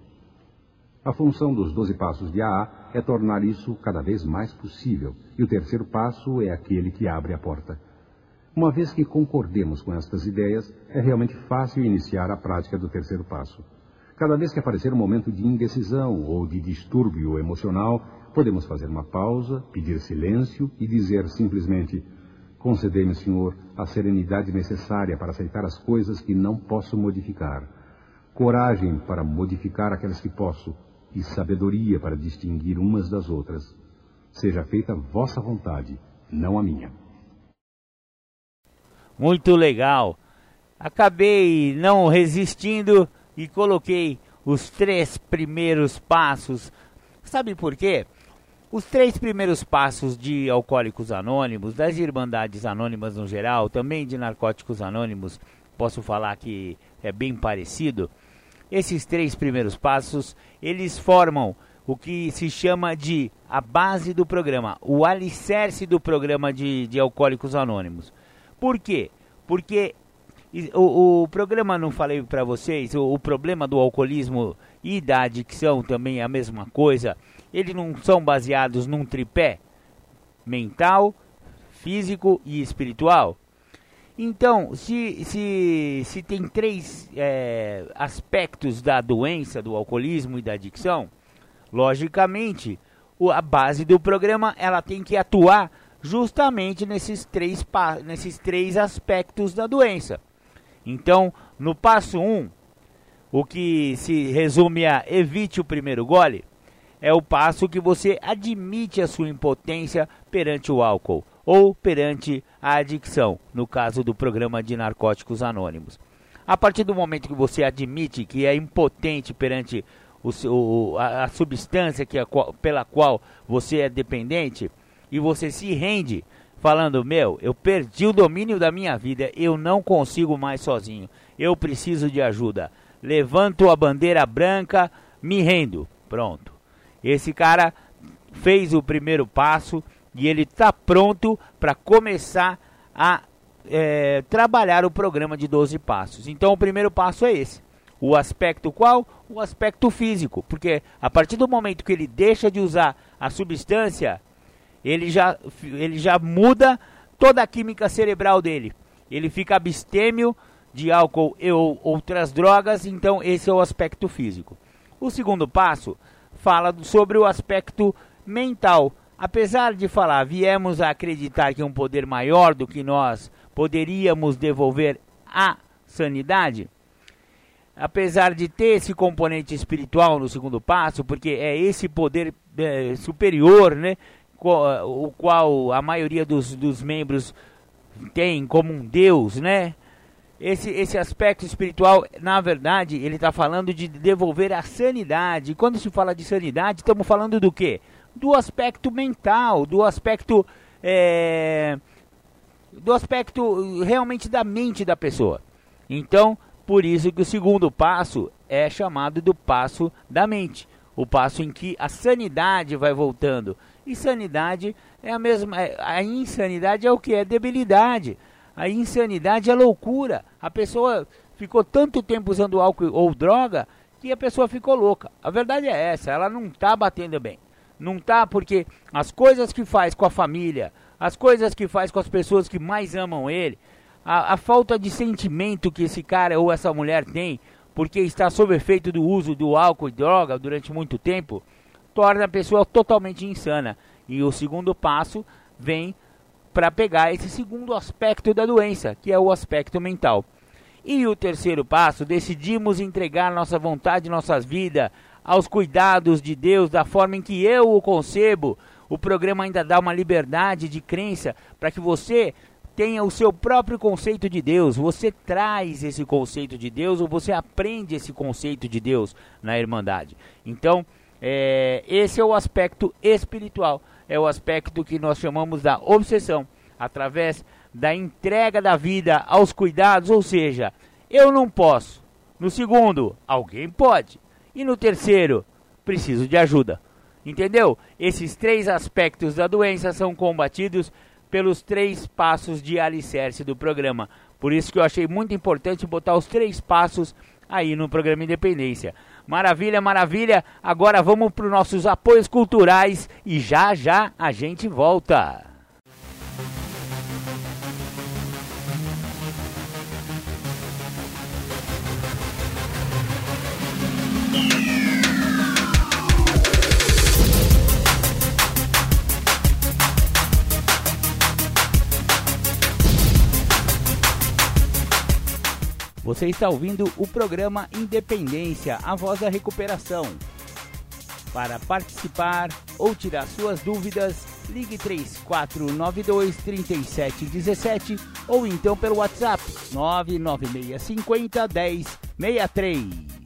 A função dos doze passos de A A é tornar isso cada vez mais possível, e o terceiro passo é aquele que abre a porta. Uma vez que concordemos com estas ideias, é realmente fácil iniciar a prática do terceiro passo. Cada vez que aparecer um momento de indecisão ou de distúrbio emocional, podemos fazer uma pausa, pedir silêncio e dizer simplesmente: concedei-me, Senhor, a serenidade necessária para aceitar as coisas que não posso modificar, coragem para modificar aquelas que posso e sabedoria para distinguir umas das outras. Seja feita a vossa vontade, não a minha. Muito legal. Acabei não resistindo e coloquei os três primeiros passos. Sabe por quê? Os três primeiros passos de Alcoólicos Anônimos, das Irmandades Anônimas no geral, também de Narcóticos Anônimos, posso falar que é bem parecido. Esses três primeiros passos, eles formam o que se chama de a base do programa, o alicerce do programa de, de Alcoólicos Anônimos. Por quê? Porque o, o programa, não falei para vocês, o, o problema do alcoolismo e da adicção também é a mesma coisa. Eles não são baseados num tripé mental, físico e espiritual. Então, se, se, se tem três é, aspectos da doença, do alcoolismo e da adicção, logicamente, o, a base do programa ela tem que atuar justamente nesses três, nesses três aspectos da doença. Então, no passo um, o que se resume a evite o primeiro gole, é o passo que você admite a sua impotência perante o álcool ou perante a adicção, no caso do programa de Narcóticos Anônimos. A partir do momento que você admite que é impotente perante o, o, a, a substância que a, pela qual você é dependente, e você se rende falando: meu, eu perdi o domínio da minha vida, eu não consigo mais sozinho, eu preciso de ajuda, levanto a bandeira branca, me rendo, pronto. Esse cara fez o primeiro passo e ele está pronto para começar a é, trabalhar o programa de doze passos. Então o primeiro passo é esse. O aspecto qual? O aspecto físico, porque a partir do momento que ele deixa de usar a substância, ele já, ele já muda toda a química cerebral dele. Ele fica abstêmio de álcool e ou outras drogas, então esse é o aspecto físico. O segundo passo fala sobre o aspecto mental. Apesar de falar, viemos a acreditar que um poder maior do que nós poderíamos devolver a sanidade, apesar de ter esse componente espiritual no segundo passo, porque é esse poder é, superior, né, o qual a maioria dos, dos membros tem como um Deus, né? Esse, esse aspecto espiritual, na verdade, ele está falando de devolver a sanidade. E quando se fala de sanidade, estamos falando do quê? Do aspecto mental, do aspecto, é, do aspecto realmente da mente da pessoa. Então, por isso que o segundo passo é chamado do passo da mente. O passo em que a sanidade vai voltando. E sanidade é a mesma. A insanidade é o que? É debilidade. A insanidade é loucura. A pessoa ficou tanto tempo usando álcool ou droga que a pessoa ficou louca. A verdade é essa, ela não está batendo bem. Não está porque as coisas que faz com a família, as coisas que faz com as pessoas que mais amam ele, a, a falta de sentimento que esse cara ou essa mulher tem, porque está sob efeito do uso do álcool e droga durante muito tempo, torna a pessoa totalmente insana. E o segundo passo vem para pegar esse segundo aspecto da doença, que é o aspecto mental. E o terceiro passo, decidimos entregar nossa vontade, nossas vidas aos cuidados de Deus, da forma em que eu o concebo. O programa ainda dá uma liberdade de crença para que você tenha o seu próprio conceito de Deus. Você traz esse conceito de Deus ou você aprende esse conceito de Deus na Irmandade. Então, é, esse é o aspecto espiritual. É o aspecto que nós chamamos da obsessão, através da entrega da vida aos cuidados, ou seja, eu não posso. No segundo, alguém pode. E no terceiro, preciso de ajuda. Entendeu? Esses três aspectos da doença são combatidos pelos três passos de alicerce do programa. Por isso que eu achei muito importante botar os três passos aí no programa Independência. Maravilha, maravilha. Agora vamos para os nossos apoios culturais e já já a gente volta. Você está ouvindo o programa Independência, a voz da recuperação. Para participar ou tirar suas dúvidas, ligue três quatro nove dois, três sete um sete ou então pelo WhatsApp nove nove seis cinco zero, um zero seis três.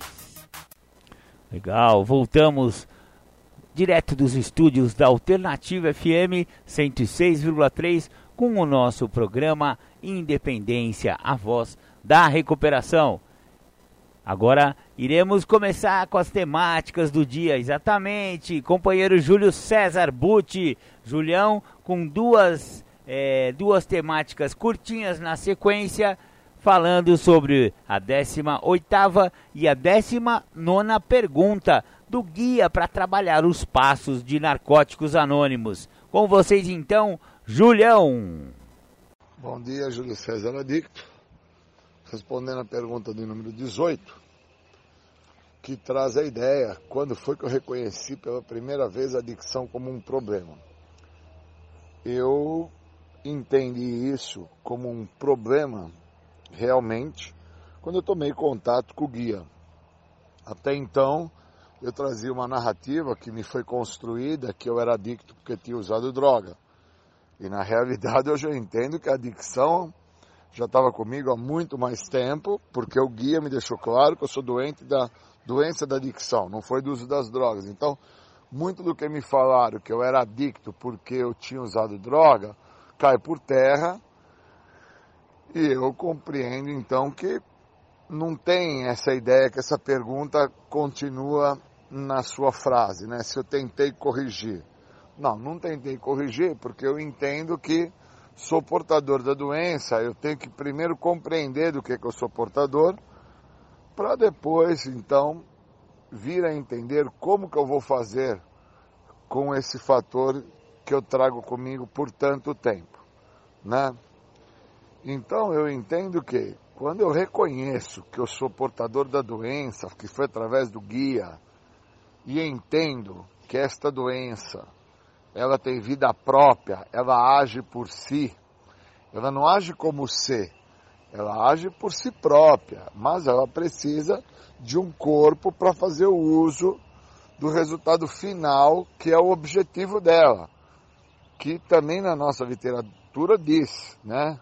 Legal, voltamos direto dos estúdios da Alternativa F M cento e seis vírgula três com o nosso programa Independência, a voz da recuperação. Agora iremos começar com as temáticas do dia, exatamente. Companheiro Júlio César Butti, Julião, com duas, é, duas temáticas curtinhas na sequência, falando sobre a décima oitava e a décima nona pergunta do Guia para Trabalhar os Passos de Narcóticos Anônimos. Com vocês então, Julião. Bom dia, Júlio César Adicto. Respondendo a pergunta do número dezoito, que traz a ideia, quando foi que eu reconheci pela primeira vez a adicção como um problema? Eu entendi isso como um problema, realmente, quando eu tomei contato com o guia. Até então, eu trazia uma narrativa que me foi construída, que eu era adicto porque tinha usado droga. E na realidade, hoje eu entendo que a adicção já estava comigo há muito mais tempo, porque o guia me deixou claro que eu sou doente da doença da adicção, não foi do uso das drogas. Então, muito do que me falaram que eu era adicto porque eu tinha usado droga, cai por terra, e eu compreendo então que não tem essa ideia, que essa pergunta continua na sua frase, né? Se eu tentei corrigir. Não, não tentei corrigir, porque eu entendo que sou portador da doença, eu tenho que primeiro compreender do que, que eu sou portador, para depois, então, vir a entender como que eu vou fazer com esse fator que eu trago comigo por tanto tempo, né? Então, eu entendo que, quando eu reconheço que eu sou portador da doença, que foi através do guia, e entendo que esta doença, ela tem vida própria, ela age por si, ela não age como ser, ela age por si própria, mas ela precisa de um corpo para fazer o uso do resultado final, que é o objetivo dela, que também na nossa literatura diz, né,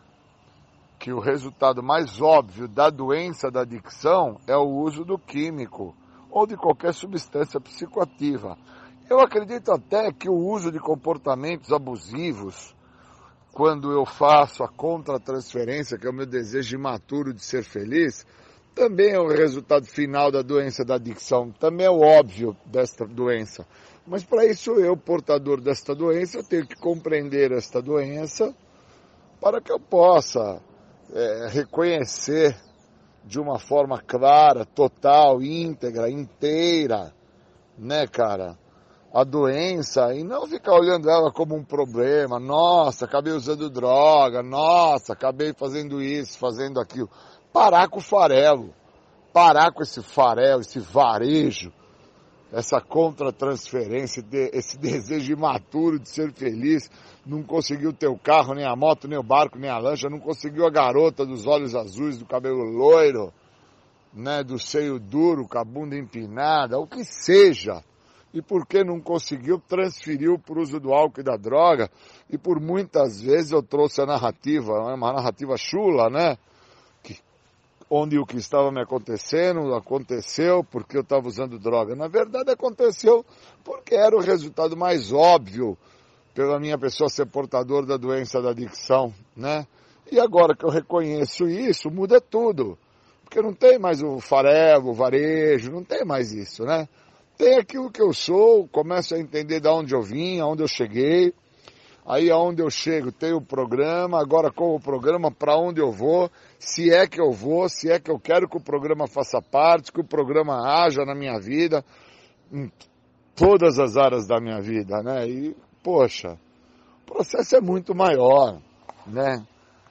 que o resultado mais óbvio da doença da adicção é o uso do químico ou de qualquer substância psicoativa. Eu acredito até que o uso de comportamentos abusivos, quando eu faço a contratransferência, que é o meu desejo imaturo de ser feliz, também é o resultado final da doença da adicção, também é o óbvio desta doença. Mas para isso eu, portador desta doença, tenho que compreender esta doença para que eu possa é, reconhecer de uma forma clara, total, íntegra, inteira, né, cara? A doença e não ficar olhando ela como um problema. Nossa, acabei usando droga, nossa, acabei fazendo isso, fazendo aquilo. Parar com o farelo, parar com esse farelo, esse varejo, essa contratransferência, esse desejo imaturo de ser feliz. Não conseguiu ter o carro, nem a moto, nem o barco, nem a lancha, não conseguiu a garota dos olhos azuis, do cabelo loiro, né, do seio duro, com a bunda empinada, o que seja. E porque não conseguiu, transferiu para o uso do álcool e da droga. E por muitas vezes eu trouxe a narrativa, uma narrativa chula, né? Que, onde o que estava me acontecendo, aconteceu porque eu estava usando droga. Na verdade aconteceu porque era o resultado mais óbvio pela minha pessoa ser portador da doença da adicção, né? E agora que eu reconheço isso, muda tudo. Porque não tem mais o farelo, o varejo, não tem mais isso, né? Tem aquilo que eu sou, começo a entender de onde eu vim, aonde eu cheguei. Aí aonde eu chego tem o programa, agora com o programa para onde eu vou, se é que eu vou, se é que eu quero que o programa faça parte, que o programa haja na minha vida, em todas as áreas da minha vida, né? E, poxa, o processo é muito maior, né?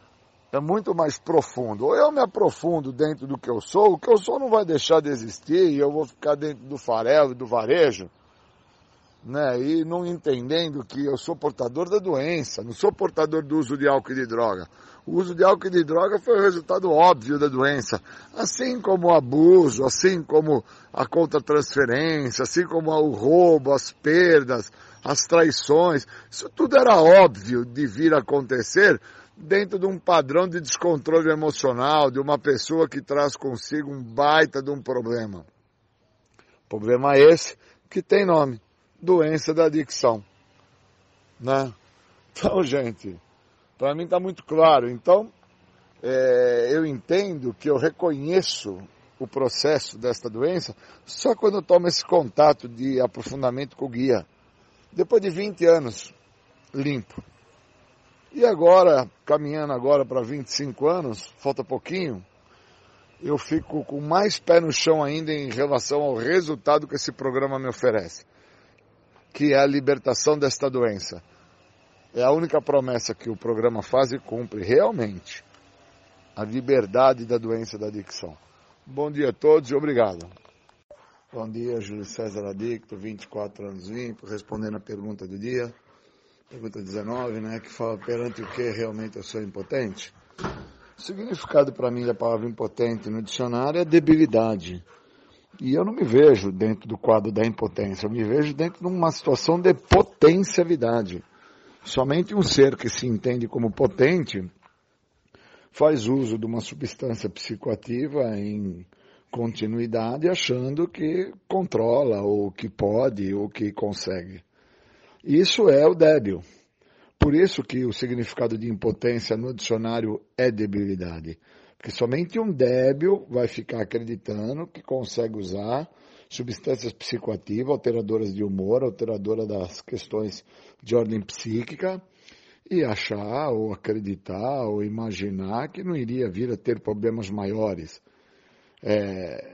É muito mais profundo. Ou eu me aprofundo dentro do que eu sou, o que eu sou não vai deixar de existir e eu vou ficar dentro do farelo, do varejo, né? E não entendendo que eu sou portador da doença, não sou portador do uso de álcool e de droga. O uso de álcool e de droga foi o resultado óbvio da doença, assim como o abuso, assim como a contratransferência, assim como o roubo, as perdas, as traições. Isso tudo era óbvio de vir a acontecer dentro de um padrão de descontrole emocional, de uma pessoa que traz consigo um baita de um problema. Problema esse que tem nome, doença da adicção, né? Então, gente, para mim está muito claro. Então, é, eu entendo que eu reconheço o processo desta doença só quando eu tomo esse contato de aprofundamento com o guia. Depois de vinte anos limpo. E agora, caminhando agora para vinte e cinco anos, falta pouquinho, eu fico com mais pé no chão ainda em relação ao resultado que esse programa me oferece, que é a libertação desta doença. É a única promessa que o programa faz e cumpre realmente, a liberdade da doença da adicção. Bom dia a todos e obrigado. Bom dia, Júlio César Adicto, vinte e quatro anos limpo, respondendo a pergunta do dia, pergunta dezenove, né, que fala perante o que realmente eu sou impotente. O significado para mim da palavra impotente no dicionário é debilidade. E eu não me vejo dentro do quadro da impotência, eu me vejo dentro de uma situação de potencialidade. Somente um ser que se entende como potente faz uso de uma substância psicoativa em continuidade, achando que controla, ou que pode, ou que consegue. Isso é o débil. Por isso que o significado de impotência no dicionário é debilidade. Porque somente um débil vai ficar acreditando que consegue usar substâncias psicoativas, alteradoras de humor, alteradoras das questões de ordem psíquica, e achar, ou acreditar, ou imaginar que não iria vir a ter problemas maiores. É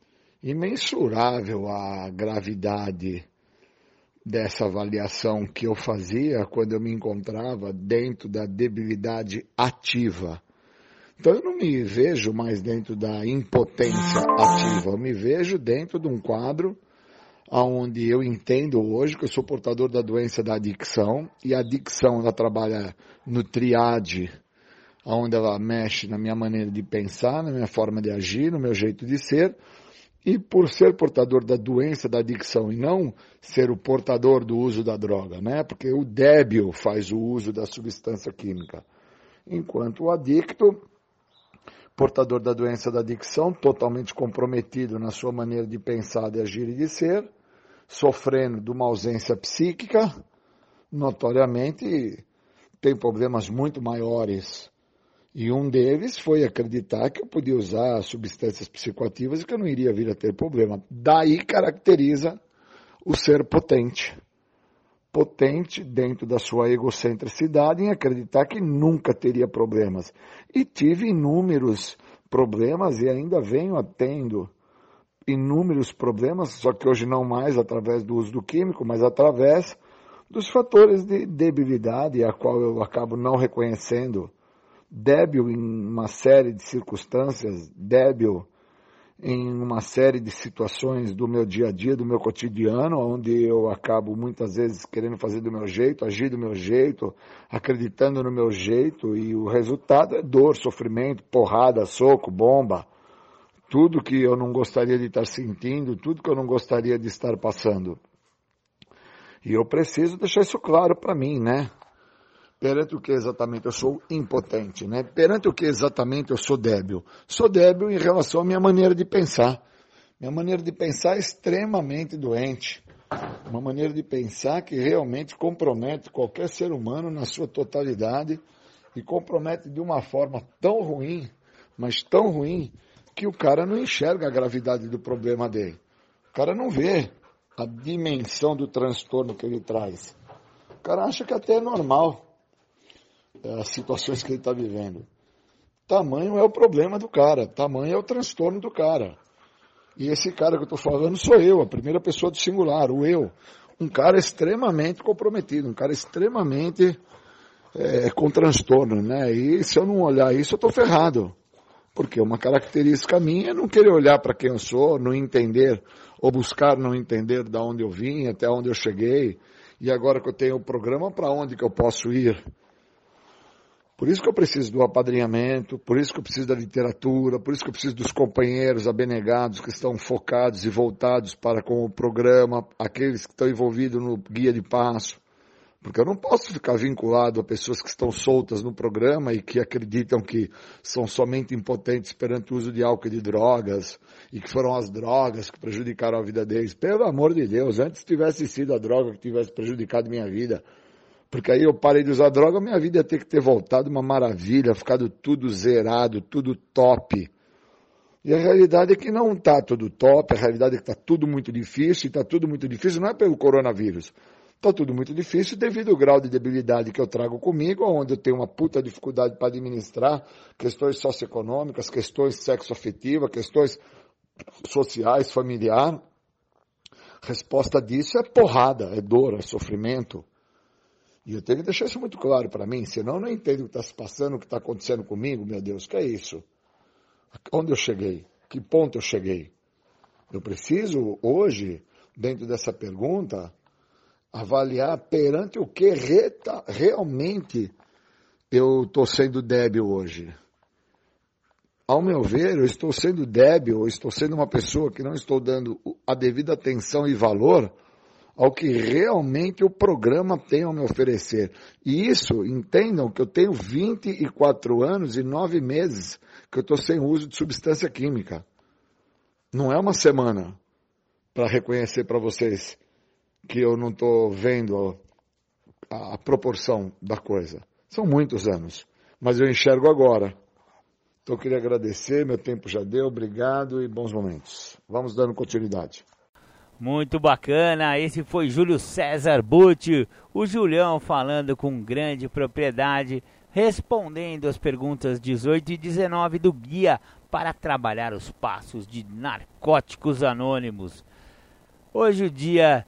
imensurável a gravidade dessa avaliação que eu fazia quando eu me encontrava dentro da debilidade ativa. Então eu não me vejo mais dentro da impotência ativa, eu me vejo dentro de um quadro onde eu entendo hoje que eu sou portador da doença da adicção, e a adicção ela trabalha no triade, onde ela mexe na minha maneira de pensar, na minha forma de agir, no meu jeito de ser, e por ser portador da doença da adicção e não ser o portador do uso da droga, né? Porque o débil faz o uso da substância química, enquanto o adicto, portador da doença da adicção, totalmente comprometido na sua maneira de pensar, de agir e de ser, sofrendo de uma ausência psíquica, notoriamente tem problemas muito maiores. E um deles foi acreditar que eu podia usar substâncias psicoativas e que eu não iria vir a ter problema. Daí caracteriza o ser potente. Potente dentro da sua egocentricidade em acreditar que nunca teria problemas. E tive inúmeros problemas e ainda venho tendo inúmeros problemas, só que hoje não mais através do uso do químico, mas através dos fatores de debilidade, a qual eu acabo não reconhecendo. Débil em uma série de circunstâncias, débil em uma série de situações do meu dia a dia, do meu cotidiano, onde eu acabo muitas vezes querendo fazer do meu jeito, agir do meu jeito, acreditando no meu jeito, e o resultado é dor, sofrimento, porrada, soco, bomba, tudo que eu não gostaria de estar sentindo, tudo que eu não gostaria de estar passando. E eu preciso deixar isso claro para mim, né? Perante o que exatamente eu sou impotente, né? Perante o que exatamente eu sou débil. Sou débil em relação à minha maneira de pensar. Minha maneira de pensar é extremamente doente. Uma maneira de pensar que realmente compromete qualquer ser humano na sua totalidade e compromete de uma forma tão ruim, mas tão ruim, que o cara não enxerga a gravidade do problema dele. O cara não vê a dimensão do transtorno que ele traz. O cara acha que até é normal as situações que ele está vivendo. Tamanho é o problema do cara, tamanho é o transtorno do cara. E esse cara que eu estou falando sou eu, a primeira pessoa do singular, o eu. Um cara extremamente comprometido, um cara extremamente é, com transtorno, né? E se eu não olhar isso, eu estou ferrado. Porque uma característica minha é não querer olhar para quem eu sou, não entender, ou buscar não entender de onde eu vim, até onde eu cheguei, e agora que eu tenho o programa, para onde que eu posso ir. Por isso que eu preciso do apadrinhamento, por isso que eu preciso da literatura, por isso que eu preciso dos companheiros abnegados que estão focados e voltados para com o programa, aqueles que estão envolvidos no guia de passo. Porque eu não posso ficar vinculado a pessoas que estão soltas no programa e que acreditam que são somente impotentes perante o uso de álcool e de drogas, e que foram as drogas que prejudicaram a vida deles. Pelo amor de Deus, antes tivesse sido a droga que tivesse prejudicado minha vida. Porque aí eu parei de usar droga, minha vida ia ter que ter voltado uma maravilha, ficado tudo zerado, tudo top. E a realidade é que não está tudo top, a realidade é que está tudo muito difícil, e está tudo muito difícil não é pelo coronavírus. Está tudo muito difícil devido ao grau de debilidade que eu trago comigo, onde eu tenho uma puta dificuldade para administrar questões socioeconômicas, questões sexoafetivas, questões sociais, familiares. Resposta disso é porrada, é dor, é sofrimento. E eu tenho que deixar isso muito claro para mim, senão eu não entendo o que está se passando, o que está acontecendo comigo, meu Deus, o que é isso? Onde eu cheguei? Que ponto eu cheguei? Eu preciso, hoje, dentro dessa pergunta, avaliar perante o que reta, realmente eu estou sendo débil hoje. Ao meu ver, eu estou sendo débil, eu estou sendo uma pessoa que não estou dando a devida atenção e valor ao que realmente o programa tem a me oferecer. E isso, entendam que eu tenho vinte e quatro anos e nove meses que eu estou sem uso de substância química. Não é uma semana para reconhecer para vocês que eu não estou vendo a, a proporção da coisa. São muitos anos, mas eu enxergo agora. Então eu queria agradecer, meu tempo já deu, obrigado e bons momentos. Vamos dando continuidade. Muito bacana, esse foi Júlio César Butti, o Julião falando com grande propriedade, respondendo as perguntas dezoito e dezenove do Guia para Trabalhar os Passos de Narcóticos Anônimos. Hoje o dia,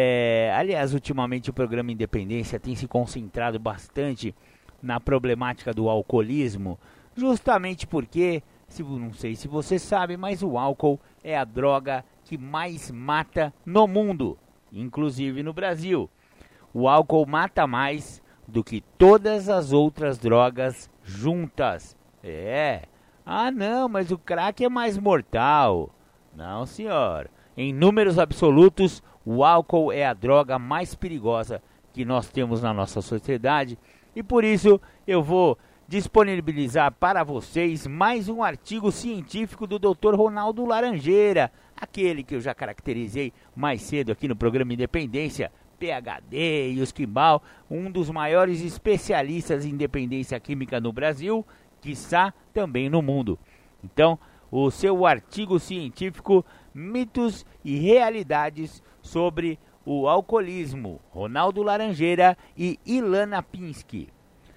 é, aliás, ultimamente o programa Independência tem se concentrado bastante na problemática do alcoolismo, justamente porque, se, não sei se você sabe, mas o álcool é a droga que mais mata no mundo, inclusive no Brasil. O álcool mata mais do que todas as outras drogas juntas. É. Ah, não, mas o crack é mais mortal. Não, senhor. Em números absolutos, o álcool é a droga mais perigosa que nós temos na nossa sociedade. E por isso eu vou disponibilizar para vocês mais um artigo científico do doutor Ronaldo Laranjeira, aquele que eu já caracterizei mais cedo aqui no programa Independência, P H D e o Esquimbal, um dos maiores especialistas em dependência química no Brasil, quiçá também no mundo. Então, o seu artigo científico, Mitos e Realidades sobre o Alcoolismo, Ronaldo Laranjeira e Ilana Pinsky.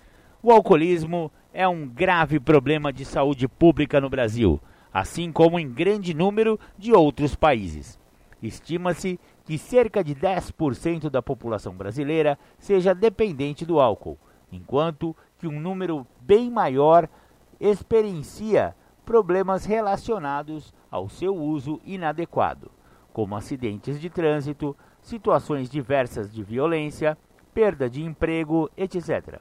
O alcoolismo é um grave problema de saúde pública no Brasil, assim como em grande número de outros países. Estima-se que cerca de dez por cento da população brasileira seja dependente do álcool, enquanto que um número bem maior experiencia problemas relacionados ao seu uso inadequado, como acidentes de trânsito, situações diversas de violência, perda de emprego, etcétera.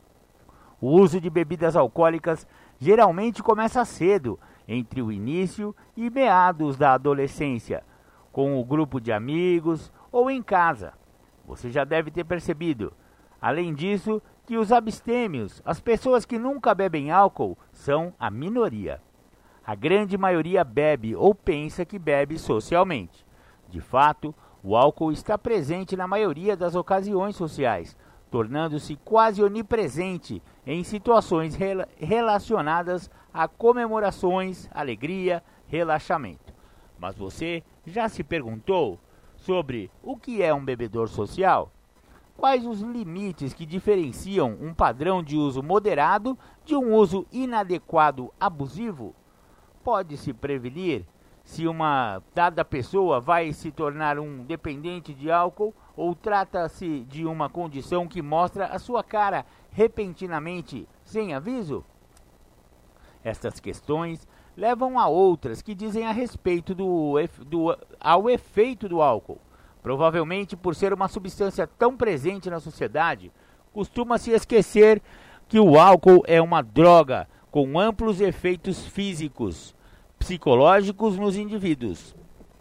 O uso de bebidas alcoólicas geralmente começa cedo, entre o início e meados da adolescência, com o grupo de amigos ou em casa. Você já deve ter percebido. Além disso, que os abstêmios, as pessoas que nunca bebem álcool, são a minoria. A grande maioria bebe ou pensa que bebe socialmente. De fato, o álcool está presente na maioria das ocasiões sociais, tornando-se quase onipresente em situações rela- relacionadas a comemorações, alegria, relaxamento. Mas você já se perguntou sobre o que é um bebedor social? Quais os limites que diferenciam um padrão de uso moderado de um uso inadequado abusivo? Pode-se prevenir se uma dada pessoa vai se tornar um dependente de álcool ou trata-se de uma condição que mostra a sua cara repentinamente, sem aviso? Estas questões levam a outras que dizem a respeito do, do, ao efeito do álcool. Provavelmente por ser uma substância tão presente na sociedade, costuma-se esquecer que o álcool é uma droga com amplos efeitos físicos, psicológicos nos indivíduos.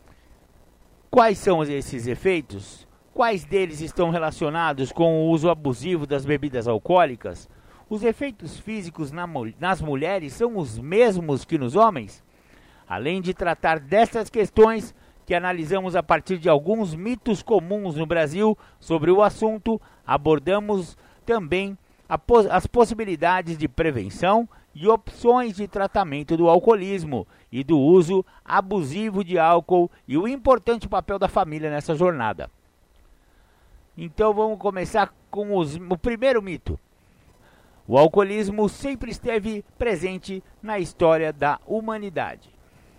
Quais são esses efeitos? Quais deles estão relacionados com o uso abusivo das bebidas alcoólicas? Os efeitos físicos na, nas mulheres são os mesmos que nos homens? Além de tratar dessas questões que analisamos a partir de alguns mitos comuns no Brasil sobre o assunto, abordamos também pos- as possibilidades de prevenção e opções de tratamento do alcoolismo e do uso abusivo de álcool e o importante papel da família nessa jornada. Então vamos começar com os, o primeiro mito. O alcoolismo sempre esteve presente na história da humanidade.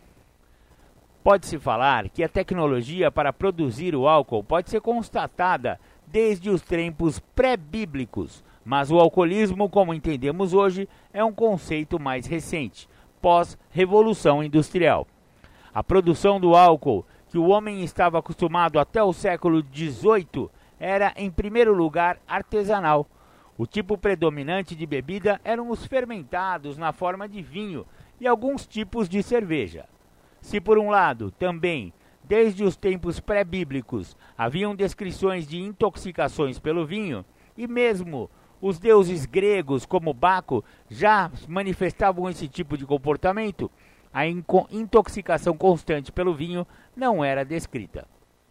Pode-se falar que a tecnologia para produzir o álcool pode ser constatada desde os tempos pré-bíblicos, mas o alcoolismo, como entendemos hoje, é um conceito mais recente, pós-revolução industrial. A produção do álcool, que o homem estava acostumado até o século dezoito, era, em primeiro lugar, artesanal. O tipo predominante de bebida eram os fermentados na forma de vinho e alguns tipos de cerveja. Se por um lado, também, desde os tempos pré-bíblicos, haviam descrições de intoxicações pelo vinho, e mesmo os deuses gregos, como Baco, já manifestavam esse tipo de comportamento, a intoxicação constante pelo vinho não era descrita.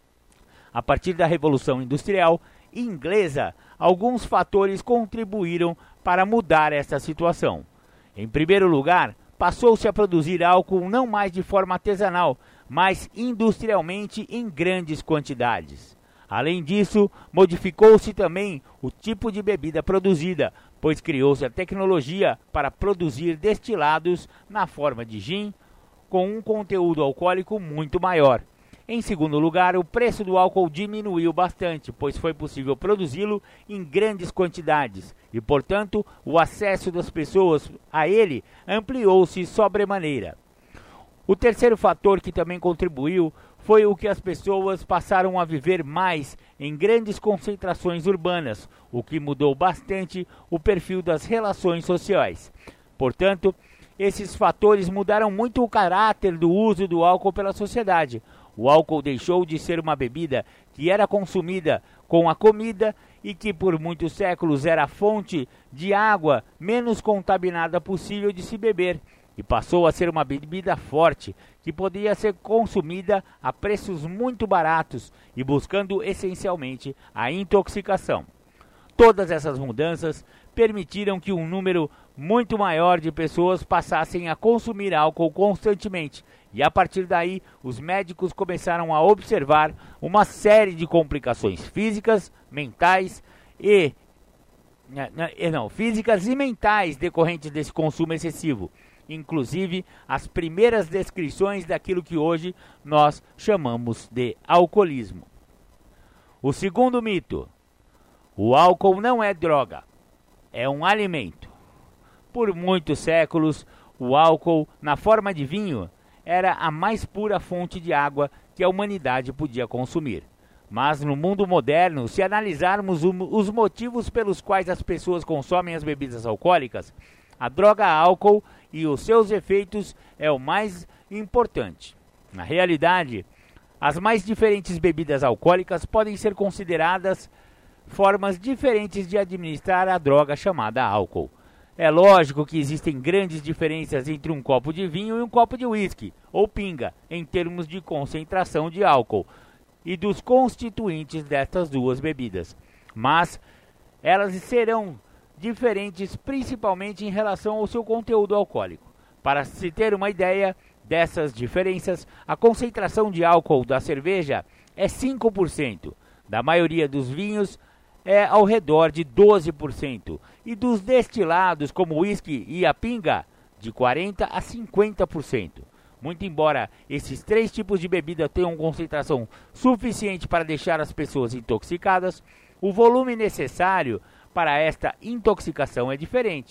A partir da Revolução Industrial inglesa, alguns fatores contribuíram para mudar essa situação. Em primeiro lugar, passou-se a produzir álcool não mais de forma artesanal, mas industrialmente em grandes quantidades. Além disso, modificou-se também o tipo de bebida produzida, pois criou-se a tecnologia para produzir destilados na forma de gin, com um conteúdo alcoólico muito maior. Em segundo lugar, o preço do álcool diminuiu bastante, pois foi possível produzi-lo em grandes quantidades e, portanto, o acesso das pessoas a ele ampliou-se sobremaneira. O terceiro fator que também contribuiu foi o que as pessoas passaram a viver mais em grandes concentrações urbanas, o que mudou bastante o perfil das relações sociais. Portanto, esses fatores mudaram muito o caráter do uso do álcool pela sociedade. O álcool deixou de ser uma bebida que era consumida com a comida e que por muitos séculos era a fonte de água menos contaminada possível de se beber, e passou a ser uma bebida forte, que podia ser consumida a preços muito baratos e buscando essencialmente a intoxicação. Todas essas mudanças permitiram que um número muito maior de pessoas passassem a consumir álcool constantemente, e a partir daí os médicos começaram a observar uma série de complicações físicas, mentais e não, físicas e mentais decorrentes desse consumo excessivo. Inclusive as primeiras descrições daquilo que hoje nós chamamos de alcoolismo. O segundo mito: o álcool não é droga, é um alimento. Por muitos séculos, o álcool, na forma de vinho, era a mais pura fonte de água que a humanidade podia consumir. Mas no mundo moderno, se analisarmos os motivos pelos quais as pessoas consomem as bebidas alcoólicas, a droga álcool e os seus efeitos é o mais importante. Na realidade, as mais diferentes bebidas alcoólicas podem ser consideradas formas diferentes de administrar a droga chamada álcool. É lógico que existem grandes diferenças entre um copo de vinho e um copo de uísque ou pinga, em termos de concentração de álcool e dos constituintes destas duas bebidas. Mas elas serão diferentes principalmente em relação ao seu conteúdo alcoólico. Para se ter uma ideia dessas diferenças, a concentração de álcool da cerveja é cinco por cento, da maioria dos vinhos é ao redor de doze por cento, e dos destilados como o uísque e a pinga, de quarenta por cento a cinquenta por cento. Muito embora esses três tipos de bebida tenham concentração suficiente para deixar as pessoas intoxicadas, o volume necessário para esta intoxicação é diferente.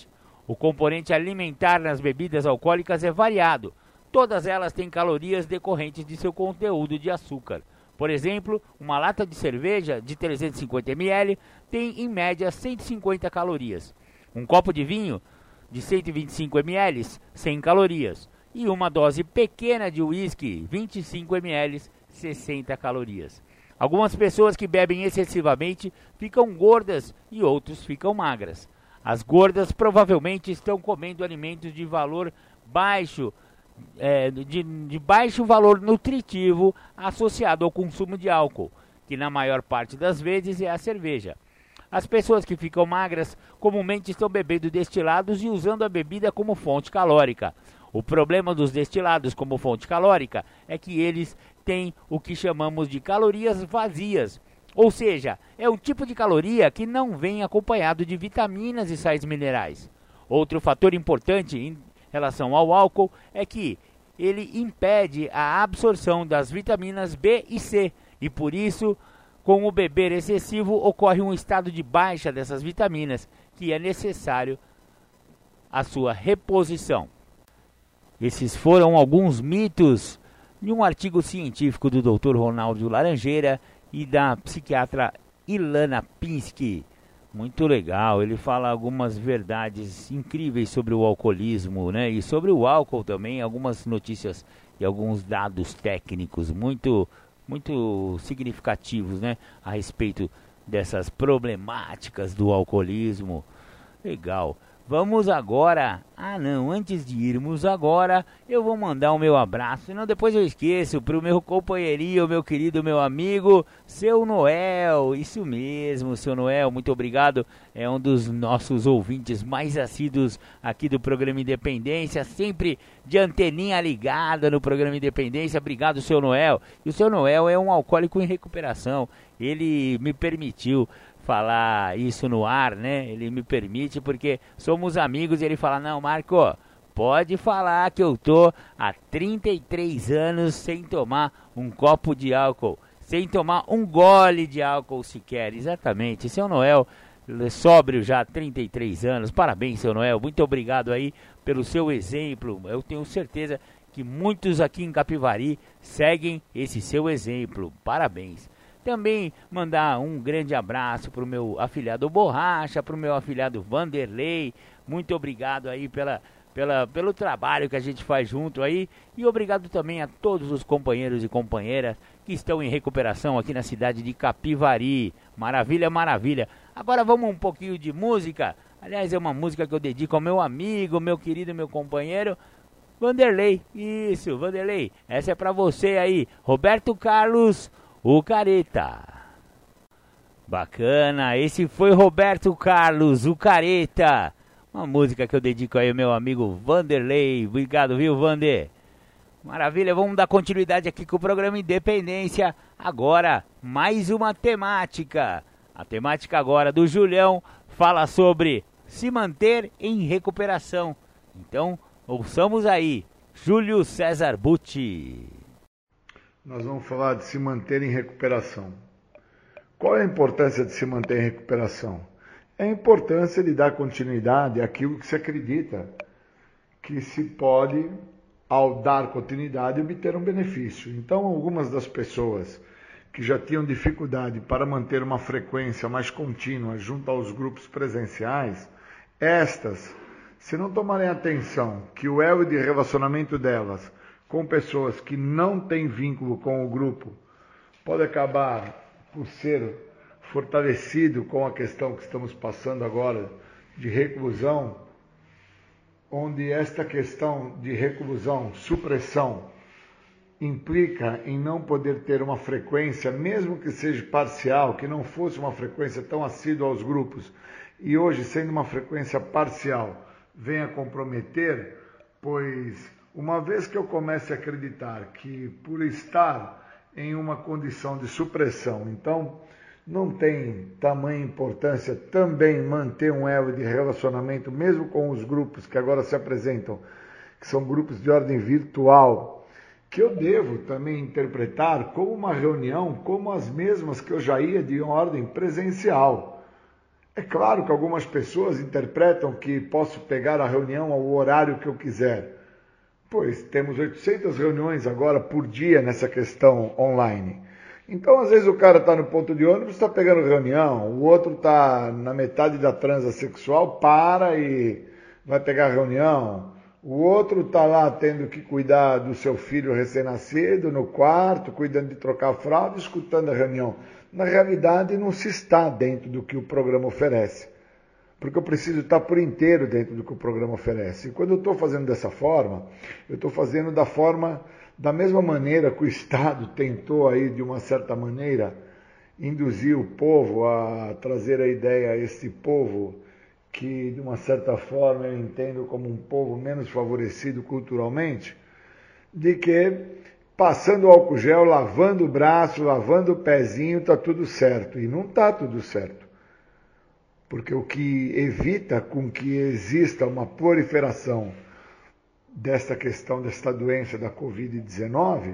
O componente alimentar nas bebidas alcoólicas é variado. Todas elas têm calorias decorrentes de seu conteúdo de açúcar. Por exemplo, uma lata de cerveja de trezentos e cinquenta mililitros tem em média cento e cinquenta calorias. Um copo de vinho de cento e vinte e cinco mililitros, cem calorias. E uma dose pequena de uísque, vinte e cinco mililitros, sessenta calorias. Algumas pessoas que bebem excessivamente ficam gordas e outros ficam magras. As gordas provavelmente estão comendo alimentos de valor baixo, é, de, de baixo valor nutritivo associado ao consumo de álcool, que na maior parte das vezes é a cerveja. As pessoas que ficam magras comumente estão bebendo destilados e usando a bebida como fonte calórica. O problema dos destilados como fonte calórica é que eles têm o que chamamos de calorias vazias, ou seja, é um tipo de caloria que não vem acompanhado de vitaminas e sais minerais. Outro fator importante em relação ao álcool é que ele impede a absorção das vitaminas B e C e por isso, com o beber excessivo, ocorre um estado de baixa dessas vitaminas que é necessário a sua reposição. Esses foram alguns mitos de um artigo científico do doutor Ronaldo Laranjeira e da psiquiatra Ilana Pinsky. Muito legal, ele fala algumas verdades incríveis sobre o alcoolismo, né? E sobre o álcool também, algumas notícias e alguns dados técnicos muito, muito significativos, né? A respeito dessas problemáticas do alcoolismo. Legal. Vamos agora, ah não, antes de irmos agora, eu vou mandar o meu abraço, senão depois eu esqueço, para o meu companheirinho, meu querido, meu amigo, seu Noel, isso mesmo, seu Noel, muito obrigado, é um dos nossos ouvintes mais assíduos aqui do programa Independência, sempre de anteninha ligada no programa Independência, obrigado seu Noel, e o seu Noel é um alcoólico em recuperação, ele me permitiu falar isso no ar, né? Ele me permite porque somos amigos e ele fala, não, Marco, pode falar que eu tô há trinta e três anos sem tomar um copo de álcool, sem tomar um gole de álcool sequer. Exatamente, seu Noel, sóbrio já há trinta e três anos, parabéns, seu Noel, muito obrigado aí pelo seu exemplo, eu tenho certeza que muitos aqui em Capivari seguem esse seu exemplo, parabéns. Também mandar um grande abraço para o meu afilhado Borracha, para o meu afilhado Vanderlei. Muito obrigado aí pela, pela, pelo trabalho que a gente faz junto aí. E obrigado também a todos os companheiros e companheiras que estão em recuperação aqui na cidade de Capivari. Maravilha, maravilha. Agora vamos um pouquinho de música. Aliás, é uma música que eu dedico ao meu amigo, meu querido, meu companheiro Vanderlei. Isso, Vanderlei. Essa é para você aí, Roberto Carlos, o Careta. Bacana, esse foi Roberto Carlos, o Careta. Uma música que eu dedico aí ao meu amigo Vanderlei. Obrigado, viu, Vander? Maravilha, vamos dar continuidade aqui com o programa Independência. Agora, mais uma temática. A temática agora do Julião fala sobre se manter em recuperação. Então, ouçamos aí, Júlio César Butti. Nós vamos falar de se manter em recuperação. Qual é a importância de se manter em recuperação? É a importância de dar continuidade àquilo que se acredita que se pode, ao dar continuidade, obter um benefício. Então, algumas das pessoas que já tinham dificuldade para manter uma frequência mais contínua junto aos grupos presenciais, estas, se não tomarem atenção que o elo de relacionamento delas com pessoas que não têm vínculo com o grupo, pode acabar por ser fortalecido com a questão que estamos passando agora de reclusão, onde esta questão de reclusão, supressão, implica em não poder ter uma frequência, mesmo que seja parcial, que não fosse uma frequência tão assídua aos grupos, e hoje, sendo uma frequência parcial, venha comprometer, pois uma vez que eu comece a acreditar que por estar em uma condição de supressão, então não tem tamanha importância também manter um elo de relacionamento, mesmo com os grupos que agora se apresentam, que são grupos de ordem virtual, que eu devo também interpretar como uma reunião, como as mesmas que eu já ia de ordem presencial. É claro que algumas pessoas interpretam que posso pegar a reunião ao horário que eu quiser, pois temos oitocentas reuniões agora por dia nessa questão online. Então, às vezes o cara está no ponto de ônibus, está pegando reunião, o outro está na metade da transa sexual, para e vai pegar a reunião. O outro está lá tendo que cuidar do seu filho recém-nascido no quarto, cuidando de trocar a fralda, escutando a reunião. Na realidade, não se está dentro do que o programa oferece, porque eu preciso estar por inteiro dentro do que o programa oferece. E quando eu estou fazendo dessa forma, eu estou fazendo da forma, da mesma maneira que o Estado tentou aí, de uma certa maneira, induzir o povo a trazer a ideia a esse povo que, de uma certa forma, eu entendo como um povo menos favorecido culturalmente, de que passando o álcool gel, lavando o braço, lavando o pezinho, está tudo certo. E não está tudo certo. Porque o que evita com que exista uma proliferação desta questão, desta doença da covid dezenove,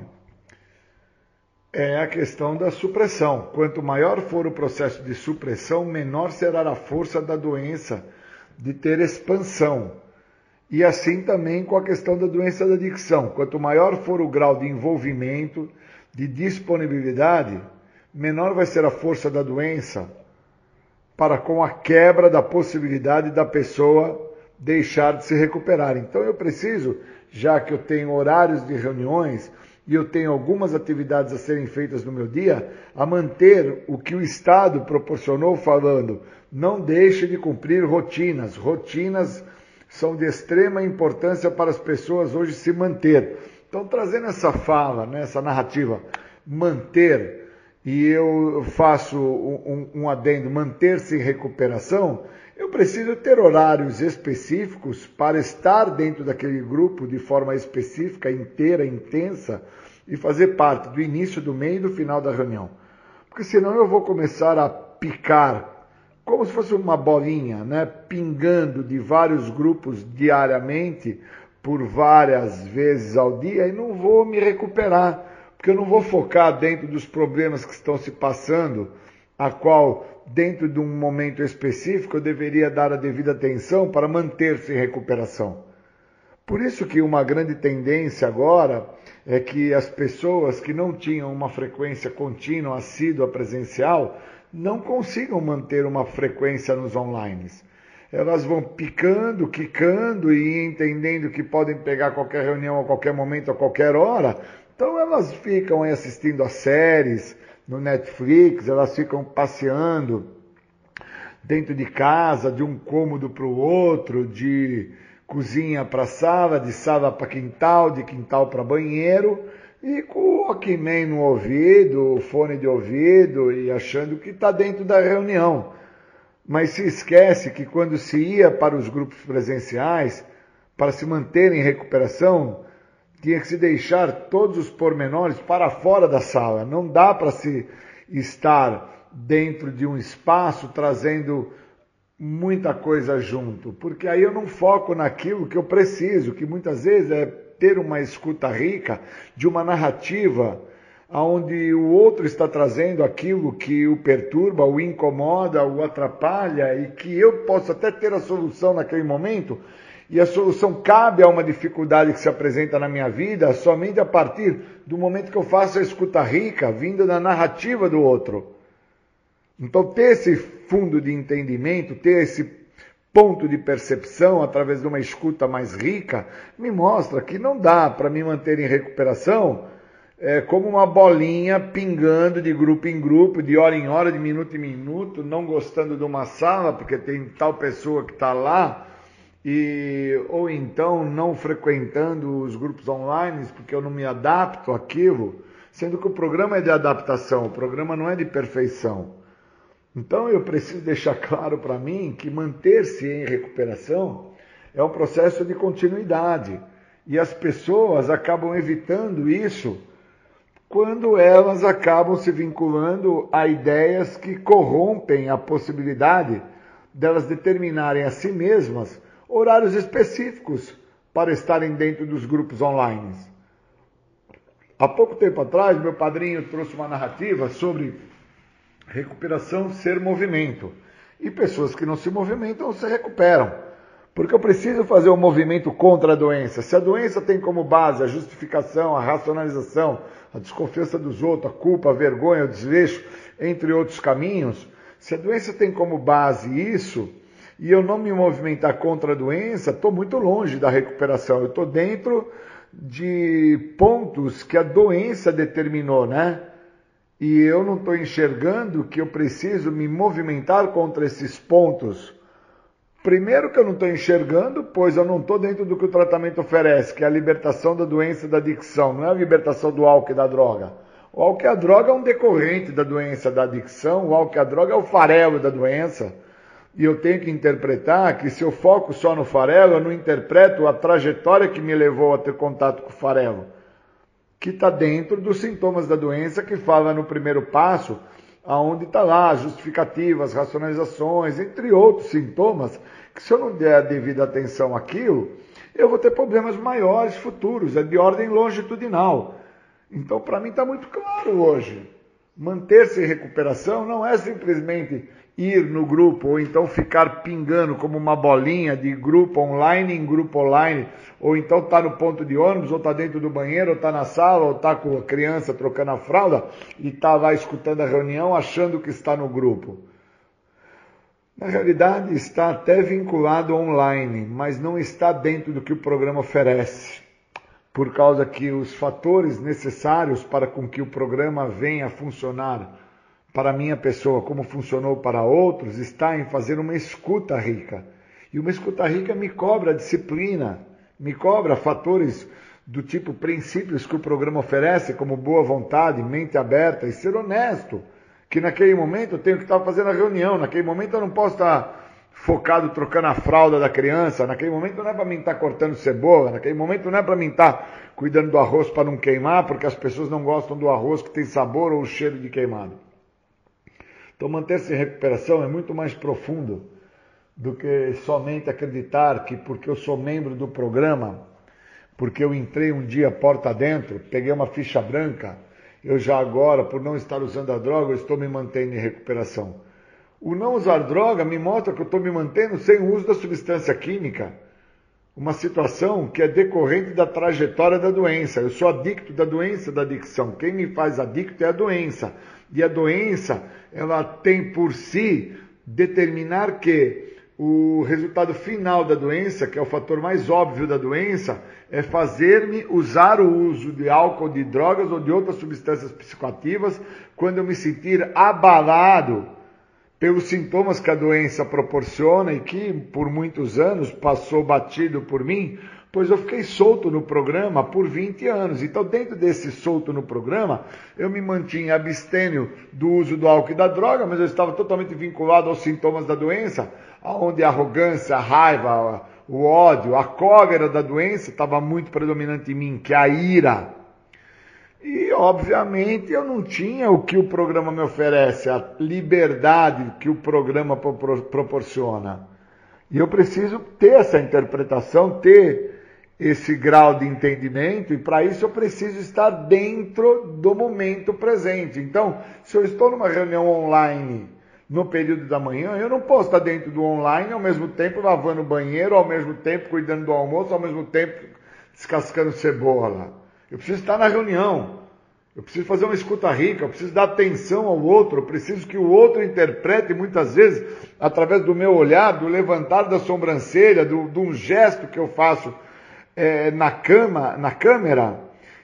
é a questão da supressão. Quanto maior for o processo de supressão, menor será a força da doença de ter expansão. E assim também com a questão da doença da adicção. Quanto maior for o grau de envolvimento, de disponibilidade, menor vai ser a força da doença para com a quebra da possibilidade da pessoa deixar de se recuperar. Então eu preciso, já que eu tenho horários de reuniões e eu tenho algumas atividades a serem feitas no meu dia, a manter o que o Estado proporcionou falando, não deixe de cumprir rotinas. Rotinas são de extrema importância para as pessoas hoje se manter. Então, trazendo essa fala, né, essa narrativa, manter, e eu faço um, um adendo, manter-se em recuperação, eu preciso ter horários específicos para estar dentro daquele grupo de forma específica, inteira, intensa, e fazer parte do início, do meio e do final da reunião. Porque senão eu vou começar a picar, como se fosse uma bolinha, né, pingando de vários grupos diariamente, por várias vezes ao dia, e não vou me recuperar, porque eu não vou focar dentro dos problemas que estão se passando, a qual, dentro de um momento específico, eu deveria dar a devida atenção para manter-se em recuperação. Por isso que uma grande tendência agora é que as pessoas que não tinham uma frequência contínua, assídua, presencial, não consigam manter uma frequência nos online. Elas vão picando, quicando e entendendo que podem pegar qualquer reunião a qualquer momento, a qualquer hora. Então elas ficam aí assistindo a séries no Netflix, elas ficam passeando dentro de casa, de um cômodo para o outro, de cozinha para sala, de sala para quintal, de quintal para banheiro, e com o Walkman no ouvido, fone de ouvido, e achando que está dentro da reunião. Mas se esquece que quando se ia para os grupos presenciais, para se manter em recuperação, tinha que se deixar todos os pormenores para fora da sala. Não dá para se estar dentro de um espaço trazendo muita coisa junto, porque aí eu não foco naquilo que eu preciso, que muitas vezes é ter uma escuta rica de uma narrativa onde o outro está trazendo aquilo que o perturba, o incomoda, o atrapalha, e que eu posso até ter a solução naquele momento, e a solução cabe a uma dificuldade que se apresenta na minha vida somente a partir do momento que eu faço a escuta rica, vinda da narrativa do outro. Então, ter esse fundo de entendimento, ter esse ponto de percepção através de uma escuta mais rica, me mostra que não dá para me manter em recuperação é, como uma bolinha pingando de grupo em grupo, de hora em hora, de minuto em minuto, não gostando de uma sala porque tem tal pessoa que está lá, e, ou então não frequentando os grupos online porque eu não me adapto àquilo, sendo que o programa é de adaptação, o programa não é de perfeição. Então eu preciso deixar claro para mim que manter-se em recuperação é um processo de continuidade. E as pessoas acabam evitando isso quando elas acabam se vinculando a ideias que corrompem a possibilidade delas determinarem a si mesmas horários específicos para estarem dentro dos grupos online. Há pouco tempo atrás, meu padrinho trouxe uma narrativa sobre recuperação ser movimento. E pessoas que não se movimentam se recuperam. Porque eu preciso fazer um movimento contra a doença. Se a doença tem como base a justificação, a racionalização, a desconfiança dos outros, a culpa, a vergonha, o desleixo, entre outros caminhos, se a doença tem como base isso, e eu não me movimentar contra a doença, estou muito longe da recuperação. Eu estou dentro de pontos que a doença determinou, né? E eu não estou enxergando que eu preciso me movimentar contra esses pontos. Primeiro que eu não estou enxergando, pois eu não estou dentro do que o tratamento oferece, que é a libertação da doença e da adicção, não é a libertação do álcool e da droga. O álcool e a droga é um decorrente da doença da adicção, o álcool e a droga é o farelo da doença. E eu tenho que interpretar que se eu foco só no farelo, eu não interpreto a trajetória que me levou a ter contato com o farelo, que está dentro dos sintomas da doença, que fala no primeiro passo, aonde está lá as justificativas, racionalizações, entre outros sintomas, que se eu não der a devida atenção àquilo, eu vou ter problemas maiores futuros, é de ordem longitudinal. Então, para mim está muito claro hoje. Manter-se em recuperação não é simplesmente ir no grupo, ou então ficar pingando como uma bolinha de grupo online em grupo online, ou então estar no ponto de ônibus, ou estar dentro do banheiro, ou estar na sala, ou estar com a criança trocando a fralda, e estar lá escutando a reunião, achando que está no grupo. Na realidade, está até vinculado online, mas não está dentro do que o programa oferece, por causa que os fatores necessários para com que o programa venha a funcionar para a minha pessoa, como funcionou para outros, está em fazer uma escuta rica. E uma escuta rica me cobra disciplina, me cobra fatores do tipo princípios que o programa oferece, como boa vontade, mente aberta e ser honesto. Que naquele momento eu tenho que estar fazendo a reunião, naquele momento eu não posso estar focado trocando a fralda da criança, naquele momento não é para mim estar cortando cebola, naquele momento não é para mim estar cuidando do arroz para não queimar, porque as pessoas não gostam do arroz que tem sabor ou cheiro de queimado. Então manter-se em recuperação é muito mais profundo do que somente acreditar que porque eu sou membro do programa, porque eu entrei um dia porta dentro, peguei uma ficha branca, eu já agora, por não estar usando a droga, eu estou me mantendo em recuperação. O não usar droga me mostra que eu estou me mantendo sem o uso da substância química. Uma situação que é decorrente da trajetória da doença. Eu sou adicto da doença da adicção. Quem me faz adicto é a doença. E a doença, ela tem por si determinar que o resultado final da doença, que é o fator mais óbvio da doença, é fazer-me usar o uso de álcool, de drogas ou de outras substâncias psicoativas quando eu me sentir abalado pelos sintomas que a doença proporciona e que por muitos anos passou batido por mim, pois eu fiquei solto no programa por vinte anos. Então, dentro desse solto no programa, eu me mantinha abstêmio do uso do álcool e da droga, mas eu estava totalmente vinculado aos sintomas da doença, onde a arrogância, a raiva, o ódio, a cólera da doença estava muito predominante em mim, que é a ira. E, obviamente, eu não tinha o que o programa me oferece, a liberdade que o programa proporciona. E eu preciso ter essa interpretação, ter esse grau de entendimento, e para isso eu preciso estar dentro do momento presente. Então, se eu estou numa reunião online no período da manhã, eu não posso estar dentro do online ao mesmo tempo lavando o banheiro, ao mesmo tempo cuidando do almoço, ao mesmo tempo descascando cebola. Eu preciso estar na reunião, eu preciso fazer uma escuta rica, eu preciso dar atenção ao outro, eu preciso que o outro interprete muitas vezes, através do meu olhar, do levantar da sobrancelha, do, de um gesto que eu faço é, na, cama, na câmera,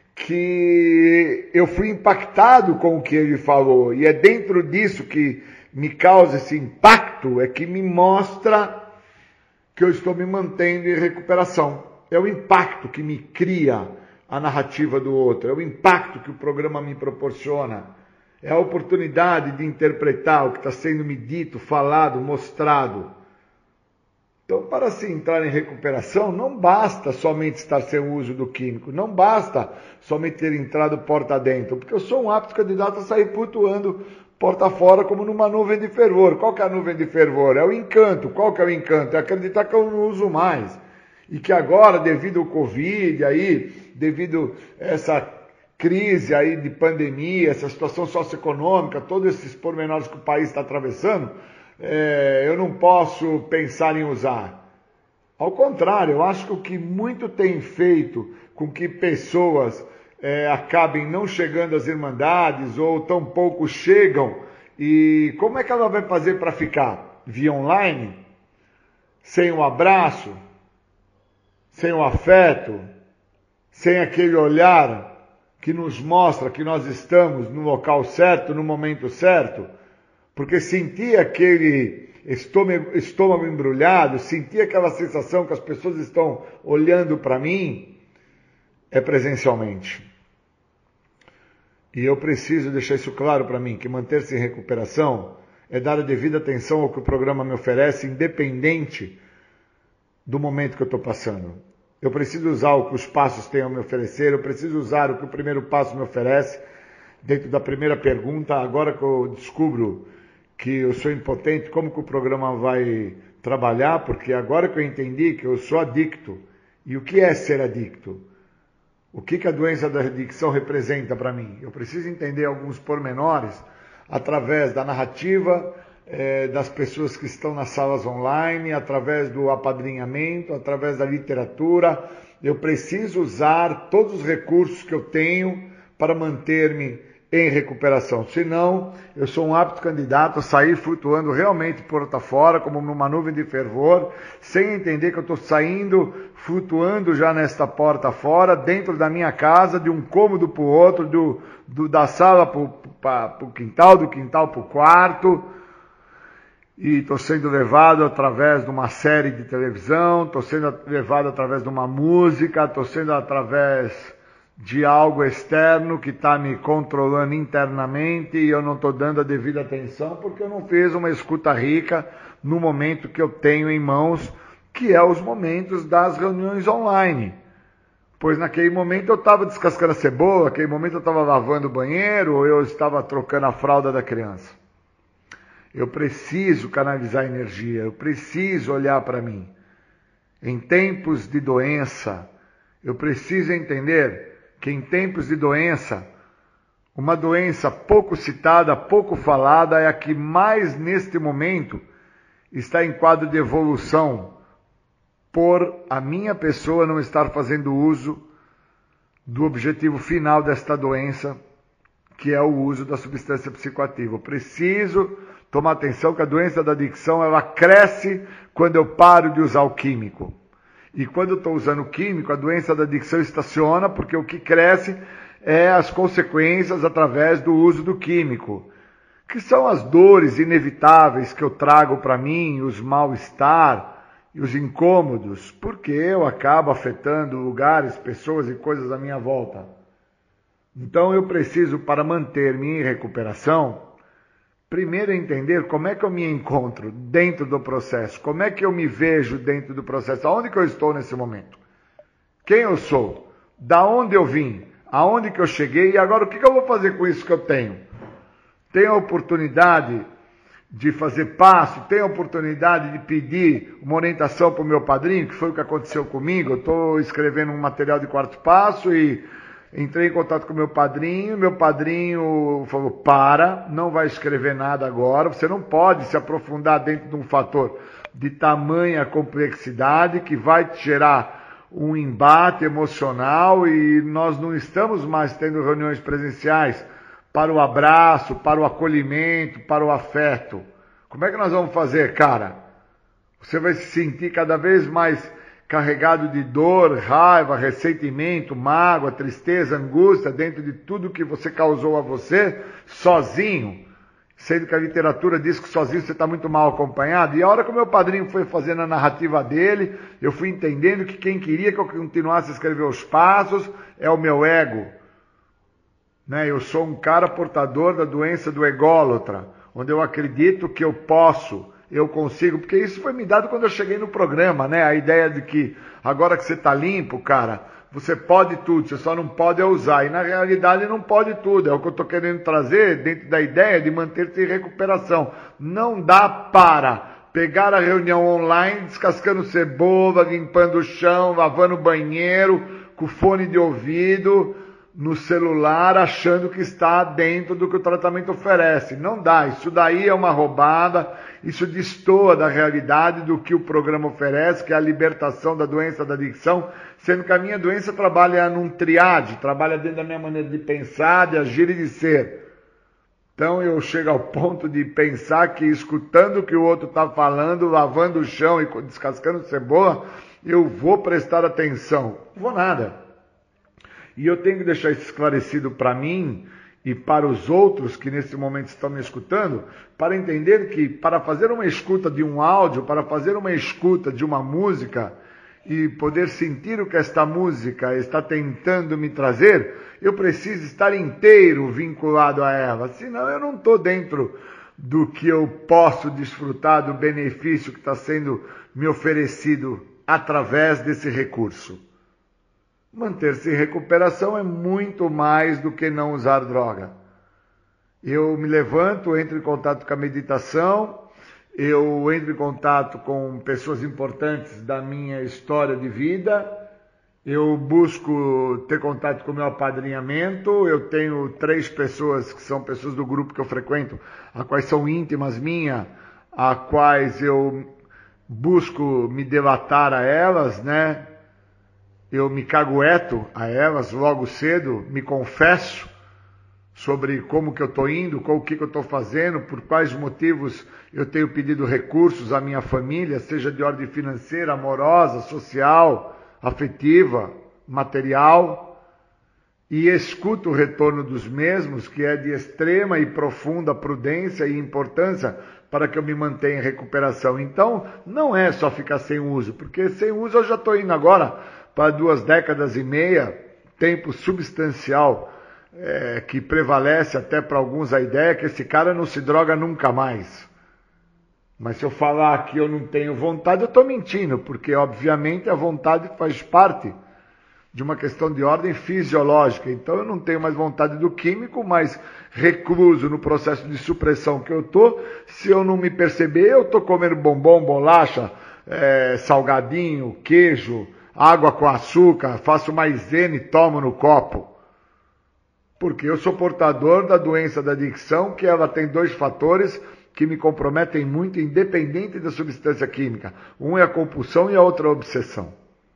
que eu fui impactado com o que ele falou. E é dentro disso que me causa esse impacto, é que me mostra que eu estou me mantendo em recuperação. É o impacto que me cria a narrativa do outro, é o impacto que o programa me proporciona, é a oportunidade de interpretar o que está sendo me dito, falado, mostrado. Então, para se entrar em recuperação, não basta somente estar sem o uso do químico, não basta somente ter entrado porta dentro, porque eu sou um apto candidato a sair flutuando porta fora como numa nuvem de fervor. Qual que é a nuvem de fervor? É o encanto. Qual que é o encanto? É acreditar que eu não uso mais. E que agora, devido ao Covid, aí, devido a essa crise aí de pandemia, essa situação socioeconômica, todos esses pormenores que o país está atravessando, é, eu não posso pensar em usar. Ao contrário, eu acho que o que muito tem feito com que pessoas é, acabem não chegando às irmandades ou tão pouco chegam, e como é que ela vai fazer para ficar? Via online? Sem um abraço? Sem um afeto? Sem aquele olhar que nos mostra que nós estamos no local certo, no momento certo? Porque sentir aquele estômago, estômago embrulhado, sentir aquela sensação que as pessoas estão olhando para mim, é presencialmente. E eu preciso deixar isso claro para mim, que manter-se em recuperação é dar a devida atenção ao que o programa me oferece, independente do momento que eu estou passando. Eu preciso usar o que os passos têm a me oferecer, eu preciso usar o que o primeiro passo me oferece, dentro da primeira pergunta. Agora que eu descubro que eu sou impotente, como que o programa vai trabalhar? Porque agora que eu entendi que eu sou adicto, e o que é ser adicto? O que, que a doença da adicção representa para mim? Eu preciso entender alguns pormenores através da narrativa, eh, das pessoas que estão nas salas online, através do apadrinhamento, através da literatura. Eu preciso usar todos os recursos que eu tenho para manter-me em recuperação. Senão, eu sou um apto candidato a sair flutuando realmente porta fora, como numa nuvem de fervor, sem entender que eu estou saindo, flutuando já nesta porta fora, dentro da minha casa, de um cômodo para o outro, do, do, da sala para o quintal, do quintal para o quarto, e estou sendo levado através de uma série de televisão, estou sendo levado através de uma música, estou sendo através de algo externo que está me controlando internamente, e eu não estou dando a devida atenção porque eu não fiz uma escuta rica no momento que eu tenho em mãos, que é os momentos das reuniões online. Pois naquele momento eu estava descascando a cebola, naquele momento eu estava lavando o banheiro, ou eu estava trocando a fralda da criança. Eu preciso canalizar energia, eu preciso olhar para mim. Em tempos de doença, eu preciso entender que em tempos de doença, uma doença pouco citada, pouco falada, é a que mais neste momento está em quadro de evolução, por a minha pessoa não estar fazendo uso do objetivo final desta doença, que é o uso da substância psicoativa. Eu preciso tomar atenção que a doença da adicção, ela cresce quando eu paro de usar o químico. E quando eu estou usando químico, a doença da adicção estaciona, porque o que cresce é as consequências através do uso do químico, que são as dores inevitáveis que eu trago para mim, os mal-estar e os incômodos, porque eu acabo afetando lugares, pessoas e coisas à minha volta. Então eu preciso, para manter-me em recuperação, primeiro entender como é que eu me encontro dentro do processo, como é que eu me vejo dentro do processo, aonde que eu estou nesse momento, quem eu sou, da onde eu vim, aonde que eu cheguei e agora o que que eu vou fazer com isso que eu tenho. Tenho a oportunidade de fazer passo, tenho a oportunidade de pedir uma orientação para o meu padrinho, que foi o que aconteceu comigo. Eu estou escrevendo um material de quarto passo e entrei em contato com o meu padrinho, meu padrinho falou, para, não vai escrever nada agora, você não pode se aprofundar dentro de um fator de tamanha complexidade que vai te gerar um embate emocional, e nós não estamos mais tendo reuniões presenciais para o abraço, para o acolhimento, para o afeto. Como é que nós vamos fazer, cara? Você vai se sentir cada vez mais carregado de dor, raiva, ressentimento, mágoa, tristeza, angústia, dentro de tudo que você causou a você, sozinho, sendo que a literatura diz que sozinho você está muito mal acompanhado. E a hora que o meu padrinho foi fazendo a narrativa dele, eu fui entendendo que quem queria que eu continuasse a escrever os passos é o meu ego. Né? Eu sou um cara portador da doença do ególatra, onde eu acredito que eu posso, eu consigo, porque isso foi me dado quando eu cheguei no programa, né? A ideia de que agora que você está limpo, cara, você pode tudo, você só não pode usar. E na realidade não pode tudo, é o que eu estou querendo trazer dentro da ideia de manter-se em recuperação. Não dá para pegar a reunião online, descascando cebola, limpando o chão, lavando o banheiro, com fone de ouvido, no celular achando que está dentro do que o tratamento oferece. Não dá, isso daí é uma roubada, isso destoa da realidade do que o programa oferece, que é a libertação da doença da adicção, sendo que a minha doença trabalha num triade, trabalha dentro da minha maneira de pensar, de agir e de ser. Então eu chego ao ponto de pensar que escutando o que o outro está falando, lavando o chão e descascando cebola, eu vou prestar atenção. Não vou nada. E eu tenho que deixar isso esclarecido para mim e para os outros que nesse momento estão me escutando, para entender que para fazer uma escuta de um áudio, para fazer uma escuta de uma música e poder sentir o que esta música está tentando me trazer, eu preciso estar inteiro vinculado a ela, senão eu não estou dentro do que eu posso desfrutar do benefício que está sendo me oferecido através desse recurso. Manter-se em recuperação é muito mais do que não usar droga. Eu me levanto, entro em contato com a meditação, eu entro em contato com pessoas importantes da minha história de vida, eu busco ter contato com o meu apadrinhamento, eu tenho três pessoas que são pessoas do grupo que eu frequento, a quais são íntimas minhas, a quais eu busco me delatar a elas, né? Eu me cagueto a elas logo cedo, me confesso sobre como que eu estou indo, com o que, que eu estou fazendo, por quais motivos eu tenho pedido recursos à minha família, seja de ordem financeira, amorosa, social, afetiva, material, e escuto o retorno dos mesmos, que é de extrema e profunda prudência e importância para que eu me mantenha em recuperação. Então, não é só ficar sem uso, porque sem uso eu já estou indo agora para duas décadas e meia, tempo substancial, é, que prevalece até para alguns a ideia que esse cara não se droga nunca mais. Mas se eu falar que eu não tenho vontade, eu estou mentindo, porque obviamente a vontade faz parte de uma questão de ordem fisiológica. Então eu não tenho mais vontade do químico, mas recluso no processo de supressão que eu estou, se eu não me perceber, eu estou comendo bombom, bolacha, é, salgadinho, queijo, água com açúcar, faço maisena e tomo no copo. Porque eu sou portador da doença da adicção, que ela tem dois fatores que me comprometem muito, independente da substância química. Um é a compulsão e a outra é a obsessão.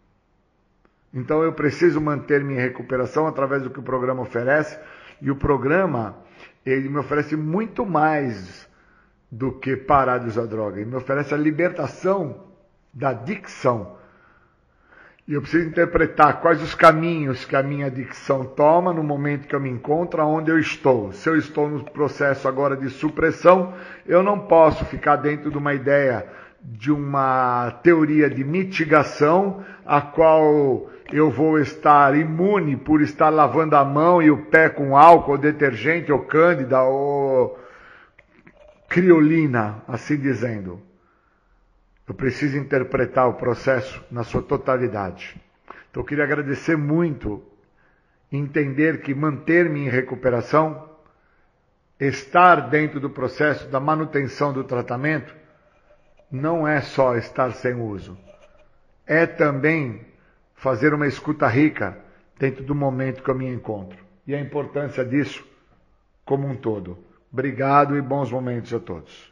Então eu preciso manter-me em recuperação através do que o programa oferece. E o programa, ele me oferece muito mais do que parar de usar droga. Ele me oferece a libertação da adicção. E eu preciso interpretar quais os caminhos que a minha adicção toma no momento que eu me encontro, onde eu estou. Se eu estou no processo agora de supressão, eu não posso ficar dentro de uma ideia, de uma teoria de mitigação, a qual eu vou estar imune por estar lavando a mão e o pé com álcool, detergente, ou cândida, ou criolina, assim dizendo. Eu preciso interpretar o processo na sua totalidade. Então eu queria agradecer muito, entender que manter-me em recuperação, estar dentro do processo da manutenção do tratamento, não é só estar sem uso. É também fazer uma escuta rica dentro do momento que eu me encontro. E a importância disso como um todo. Obrigado e bons momentos a todos.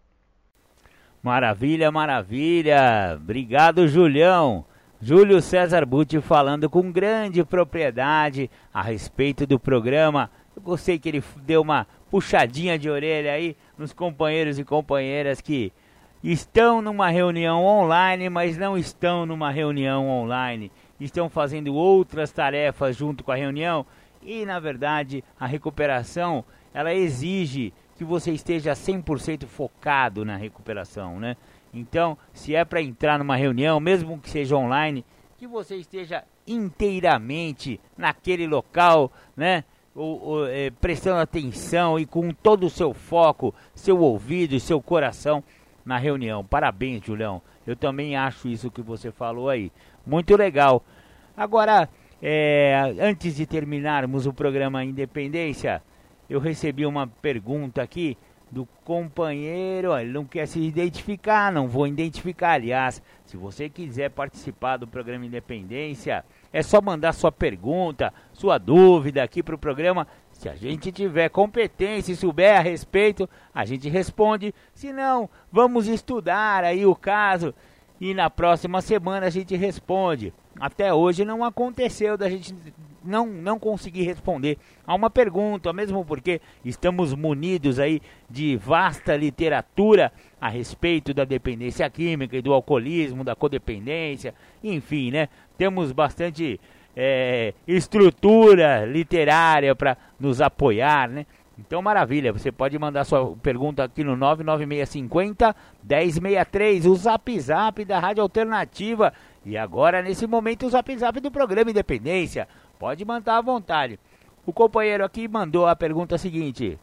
Maravilha, maravilha. Obrigado, Julião. Júlio César Butti falando com grande propriedade a respeito do programa. Eu gostei que ele deu uma puxadinha de orelha aí nos companheiros e companheiras que estão numa reunião online, mas não estão numa reunião online. Estão fazendo outras tarefas junto com a reunião e, na verdade, a recuperação, ela exige que você esteja cem por cento focado na recuperação, né? Então, se é para entrar numa reunião, mesmo que seja online, que você esteja inteiramente naquele local, né? Ou, ou, é, prestando atenção e com todo o seu foco, seu ouvido e seu coração na reunião. Parabéns, Julião. Eu também acho isso que você falou aí. Muito legal. Agora, é, antes de terminarmos o programa Independência, eu recebi uma pergunta aqui do companheiro, ele não quer se identificar, não vou identificar. Aliás, se você quiser participar do programa Independência é só mandar sua pergunta, sua dúvida aqui para o programa. Se a gente tiver competência e souber a respeito, a gente responde. Se não, vamos estudar aí o caso e na próxima semana a gente responde. Até hoje não aconteceu da gente não, não conseguir responder a uma pergunta, mesmo porque estamos munidos aí de vasta literatura a respeito da dependência química e do alcoolismo, da codependência, enfim, né? Temos bastante é, estrutura literária para nos apoiar, né? Então, maravilha, você pode mandar sua pergunta aqui no nove nove seis cinco zero, um zero seis três, o Zap Zap da Rádio Alternativa. E agora, nesse momento, o Zap Zap do programa Independência. Pode mandar à vontade. O companheiro aqui mandou a pergunta seguinte: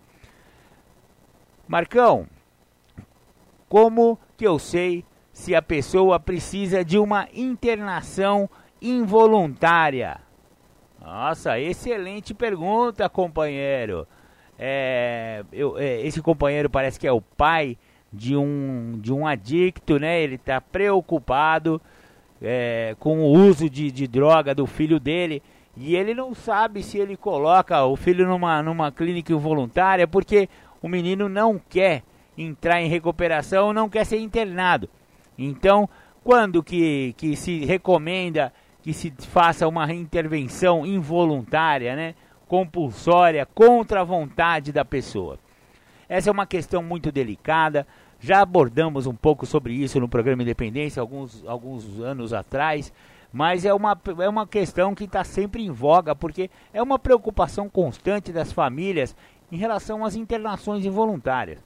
Marcão, como que eu sei se a pessoa precisa de uma internação involuntária? Nossa, excelente pergunta, companheiro. É, eu, é, esse companheiro parece que é o pai de um, de um adicto, né? Ele está preocupado é, com o uso de, de droga do filho dele. E ele não sabe se ele coloca o filho numa, numa clínica involuntária porque o menino não quer entrar em recuperação, não quer ser internado. Então, quando que, que se recomenda que se faça uma intervenção involuntária, né, compulsória, contra a vontade da pessoa? Essa é uma questão muito delicada. Já abordamos um pouco sobre isso no programa Independência alguns, alguns anos atrás. Mas é uma, é uma questão que está sempre em voga, porque é uma preocupação constante das famílias em relação às internações involuntárias.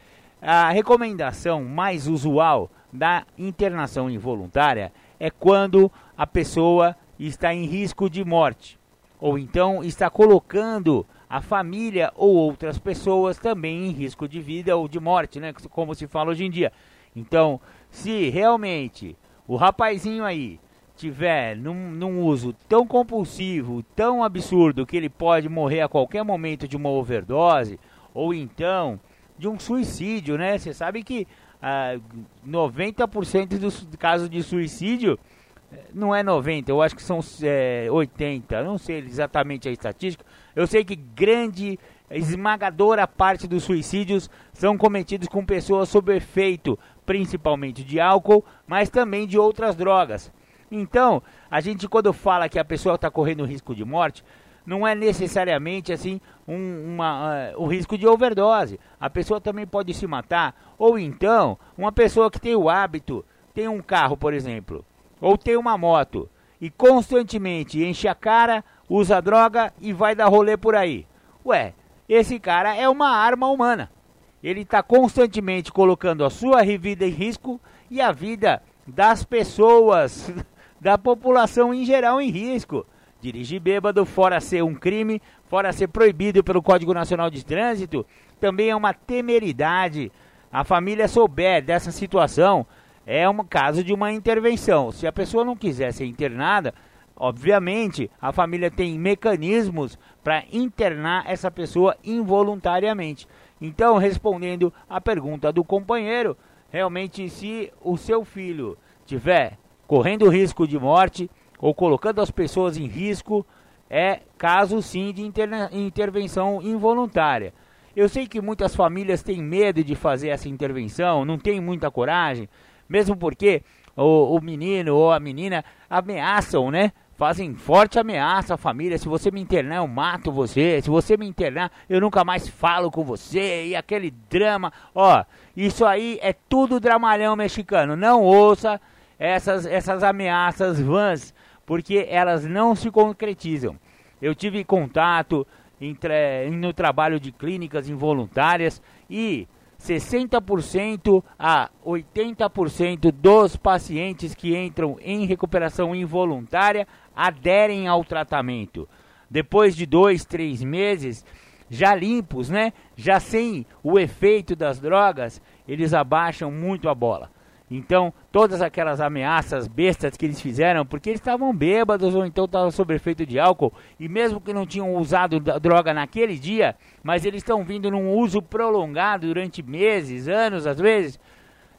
A recomendação mais usual da internação involuntária é quando a pessoa está em risco de morte, ou então está colocando a família ou outras pessoas também em risco de vida ou de morte, né, como se fala hoje em dia. Então, se realmente o rapazinho aí tiver num, num uso tão compulsivo, tão absurdo, que ele pode morrer a qualquer momento de uma overdose, ou então de um suicídio, né? Você sabe que ah, noventa por cento dos casos de suicídio, não é noventa, eu acho que são é, oitenta, não sei exatamente a estatística. Eu sei que grande, esmagadora parte dos suicídios são cometidos com pessoas sob efeito, principalmente de álcool, mas também de outras drogas. Então, a gente quando fala que a pessoa está correndo risco de morte, não é necessariamente assim um, uma, uh, o risco de overdose. A pessoa também pode se matar. Ou então, uma pessoa que tem o hábito, tem um carro, por exemplo, ou tem uma moto, e constantemente enche a cara, usa droga e vai dar rolê por aí. Ué, esse cara é uma arma humana. Ele está constantemente colocando a sua vida em risco e a vida das pessoas, da população em geral em risco. Dirigir bêbado, fora ser um crime, fora ser proibido pelo Código Nacional de Trânsito, também é uma temeridade. A família souber dessa situação, é um caso de uma intervenção. Se a pessoa não quiser ser internada, obviamente a família tem mecanismos para internar essa pessoa involuntariamente. Então, respondendo à pergunta do companheiro, realmente, se o seu filho tiver correndo risco de morte ou colocando as pessoas em risco, é caso sim de interna- intervenção involuntária. Eu sei que muitas famílias têm medo de fazer essa intervenção, não têm muita coragem, mesmo porque o, o menino ou a menina ameaçam, né? Fazem forte ameaça à família: se você me internar, eu mato você, se você me internar, eu nunca mais falo com você, e aquele drama. Ó, isso aí é tudo dramalhão mexicano. Não ouça essas, essas ameaças vãs, porque elas não se concretizam. Eu tive contato entre, no trabalho de clínicas involuntárias e sessenta por cento a oitenta por cento dos pacientes que entram em recuperação involuntária aderem ao tratamento. Depois de dois, três meses, já limpos, né? Já sem o efeito das drogas, eles abaixam muito a bola. Então, todas aquelas ameaças bestas que eles fizeram, porque eles estavam bêbados ou então estavam sob efeito de álcool, e mesmo que não tinham usado droga naquele dia, mas eles estão vindo num uso prolongado durante meses, anos às vezes,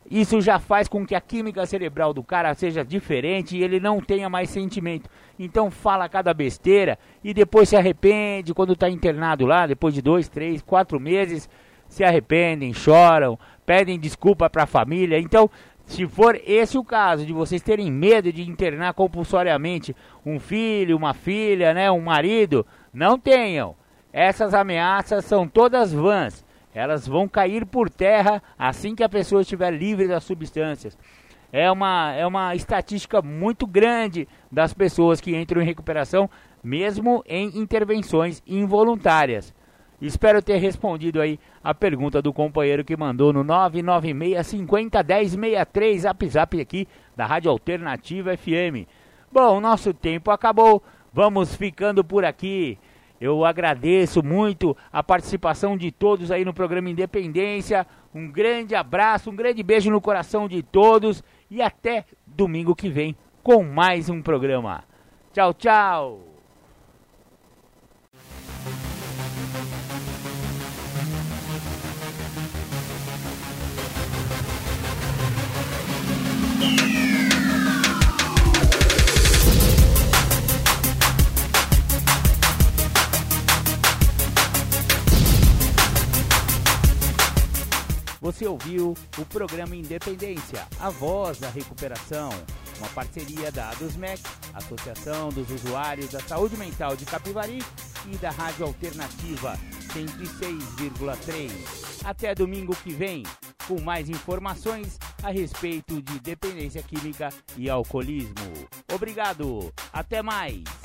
isso já faz com que a química cerebral do cara seja diferente e ele não tenha mais sentimento. Então fala cada besteira e depois se arrepende quando está internado lá, depois de dois, três, quatro meses, se arrependem, choram, pedem desculpa para a família. Então, se for esse o caso, de vocês terem medo de internar compulsoriamente um filho, uma filha, né, um marido, não tenham. Essas ameaças são todas vãs. Elas vão cair por terra assim que a pessoa estiver livre das substâncias. É uma, é uma estatística muito grande das pessoas que entram em recuperação, mesmo em intervenções involuntárias. Espero ter respondido aí a pergunta do companheiro que mandou no nove nove seis, cinco zero, um zero seis três, zap zap aqui da Rádio Alternativa F M. Bom, o nosso tempo acabou, vamos ficando por aqui. Eu agradeço muito a participação de todos aí no programa Independência. Um grande abraço, um grande beijo no coração de todos e até domingo que vem com mais um programa. Tchau, tchau! Você ouviu o programa Independência, a voz da recuperação, uma parceria da ADUSMEC, Associação dos Usuários da Saúde Mental de Capivari, e da Rádio Alternativa cento e seis vírgula três. Até domingo que vem, com mais informações a respeito de dependência química e alcoolismo. Obrigado, até mais!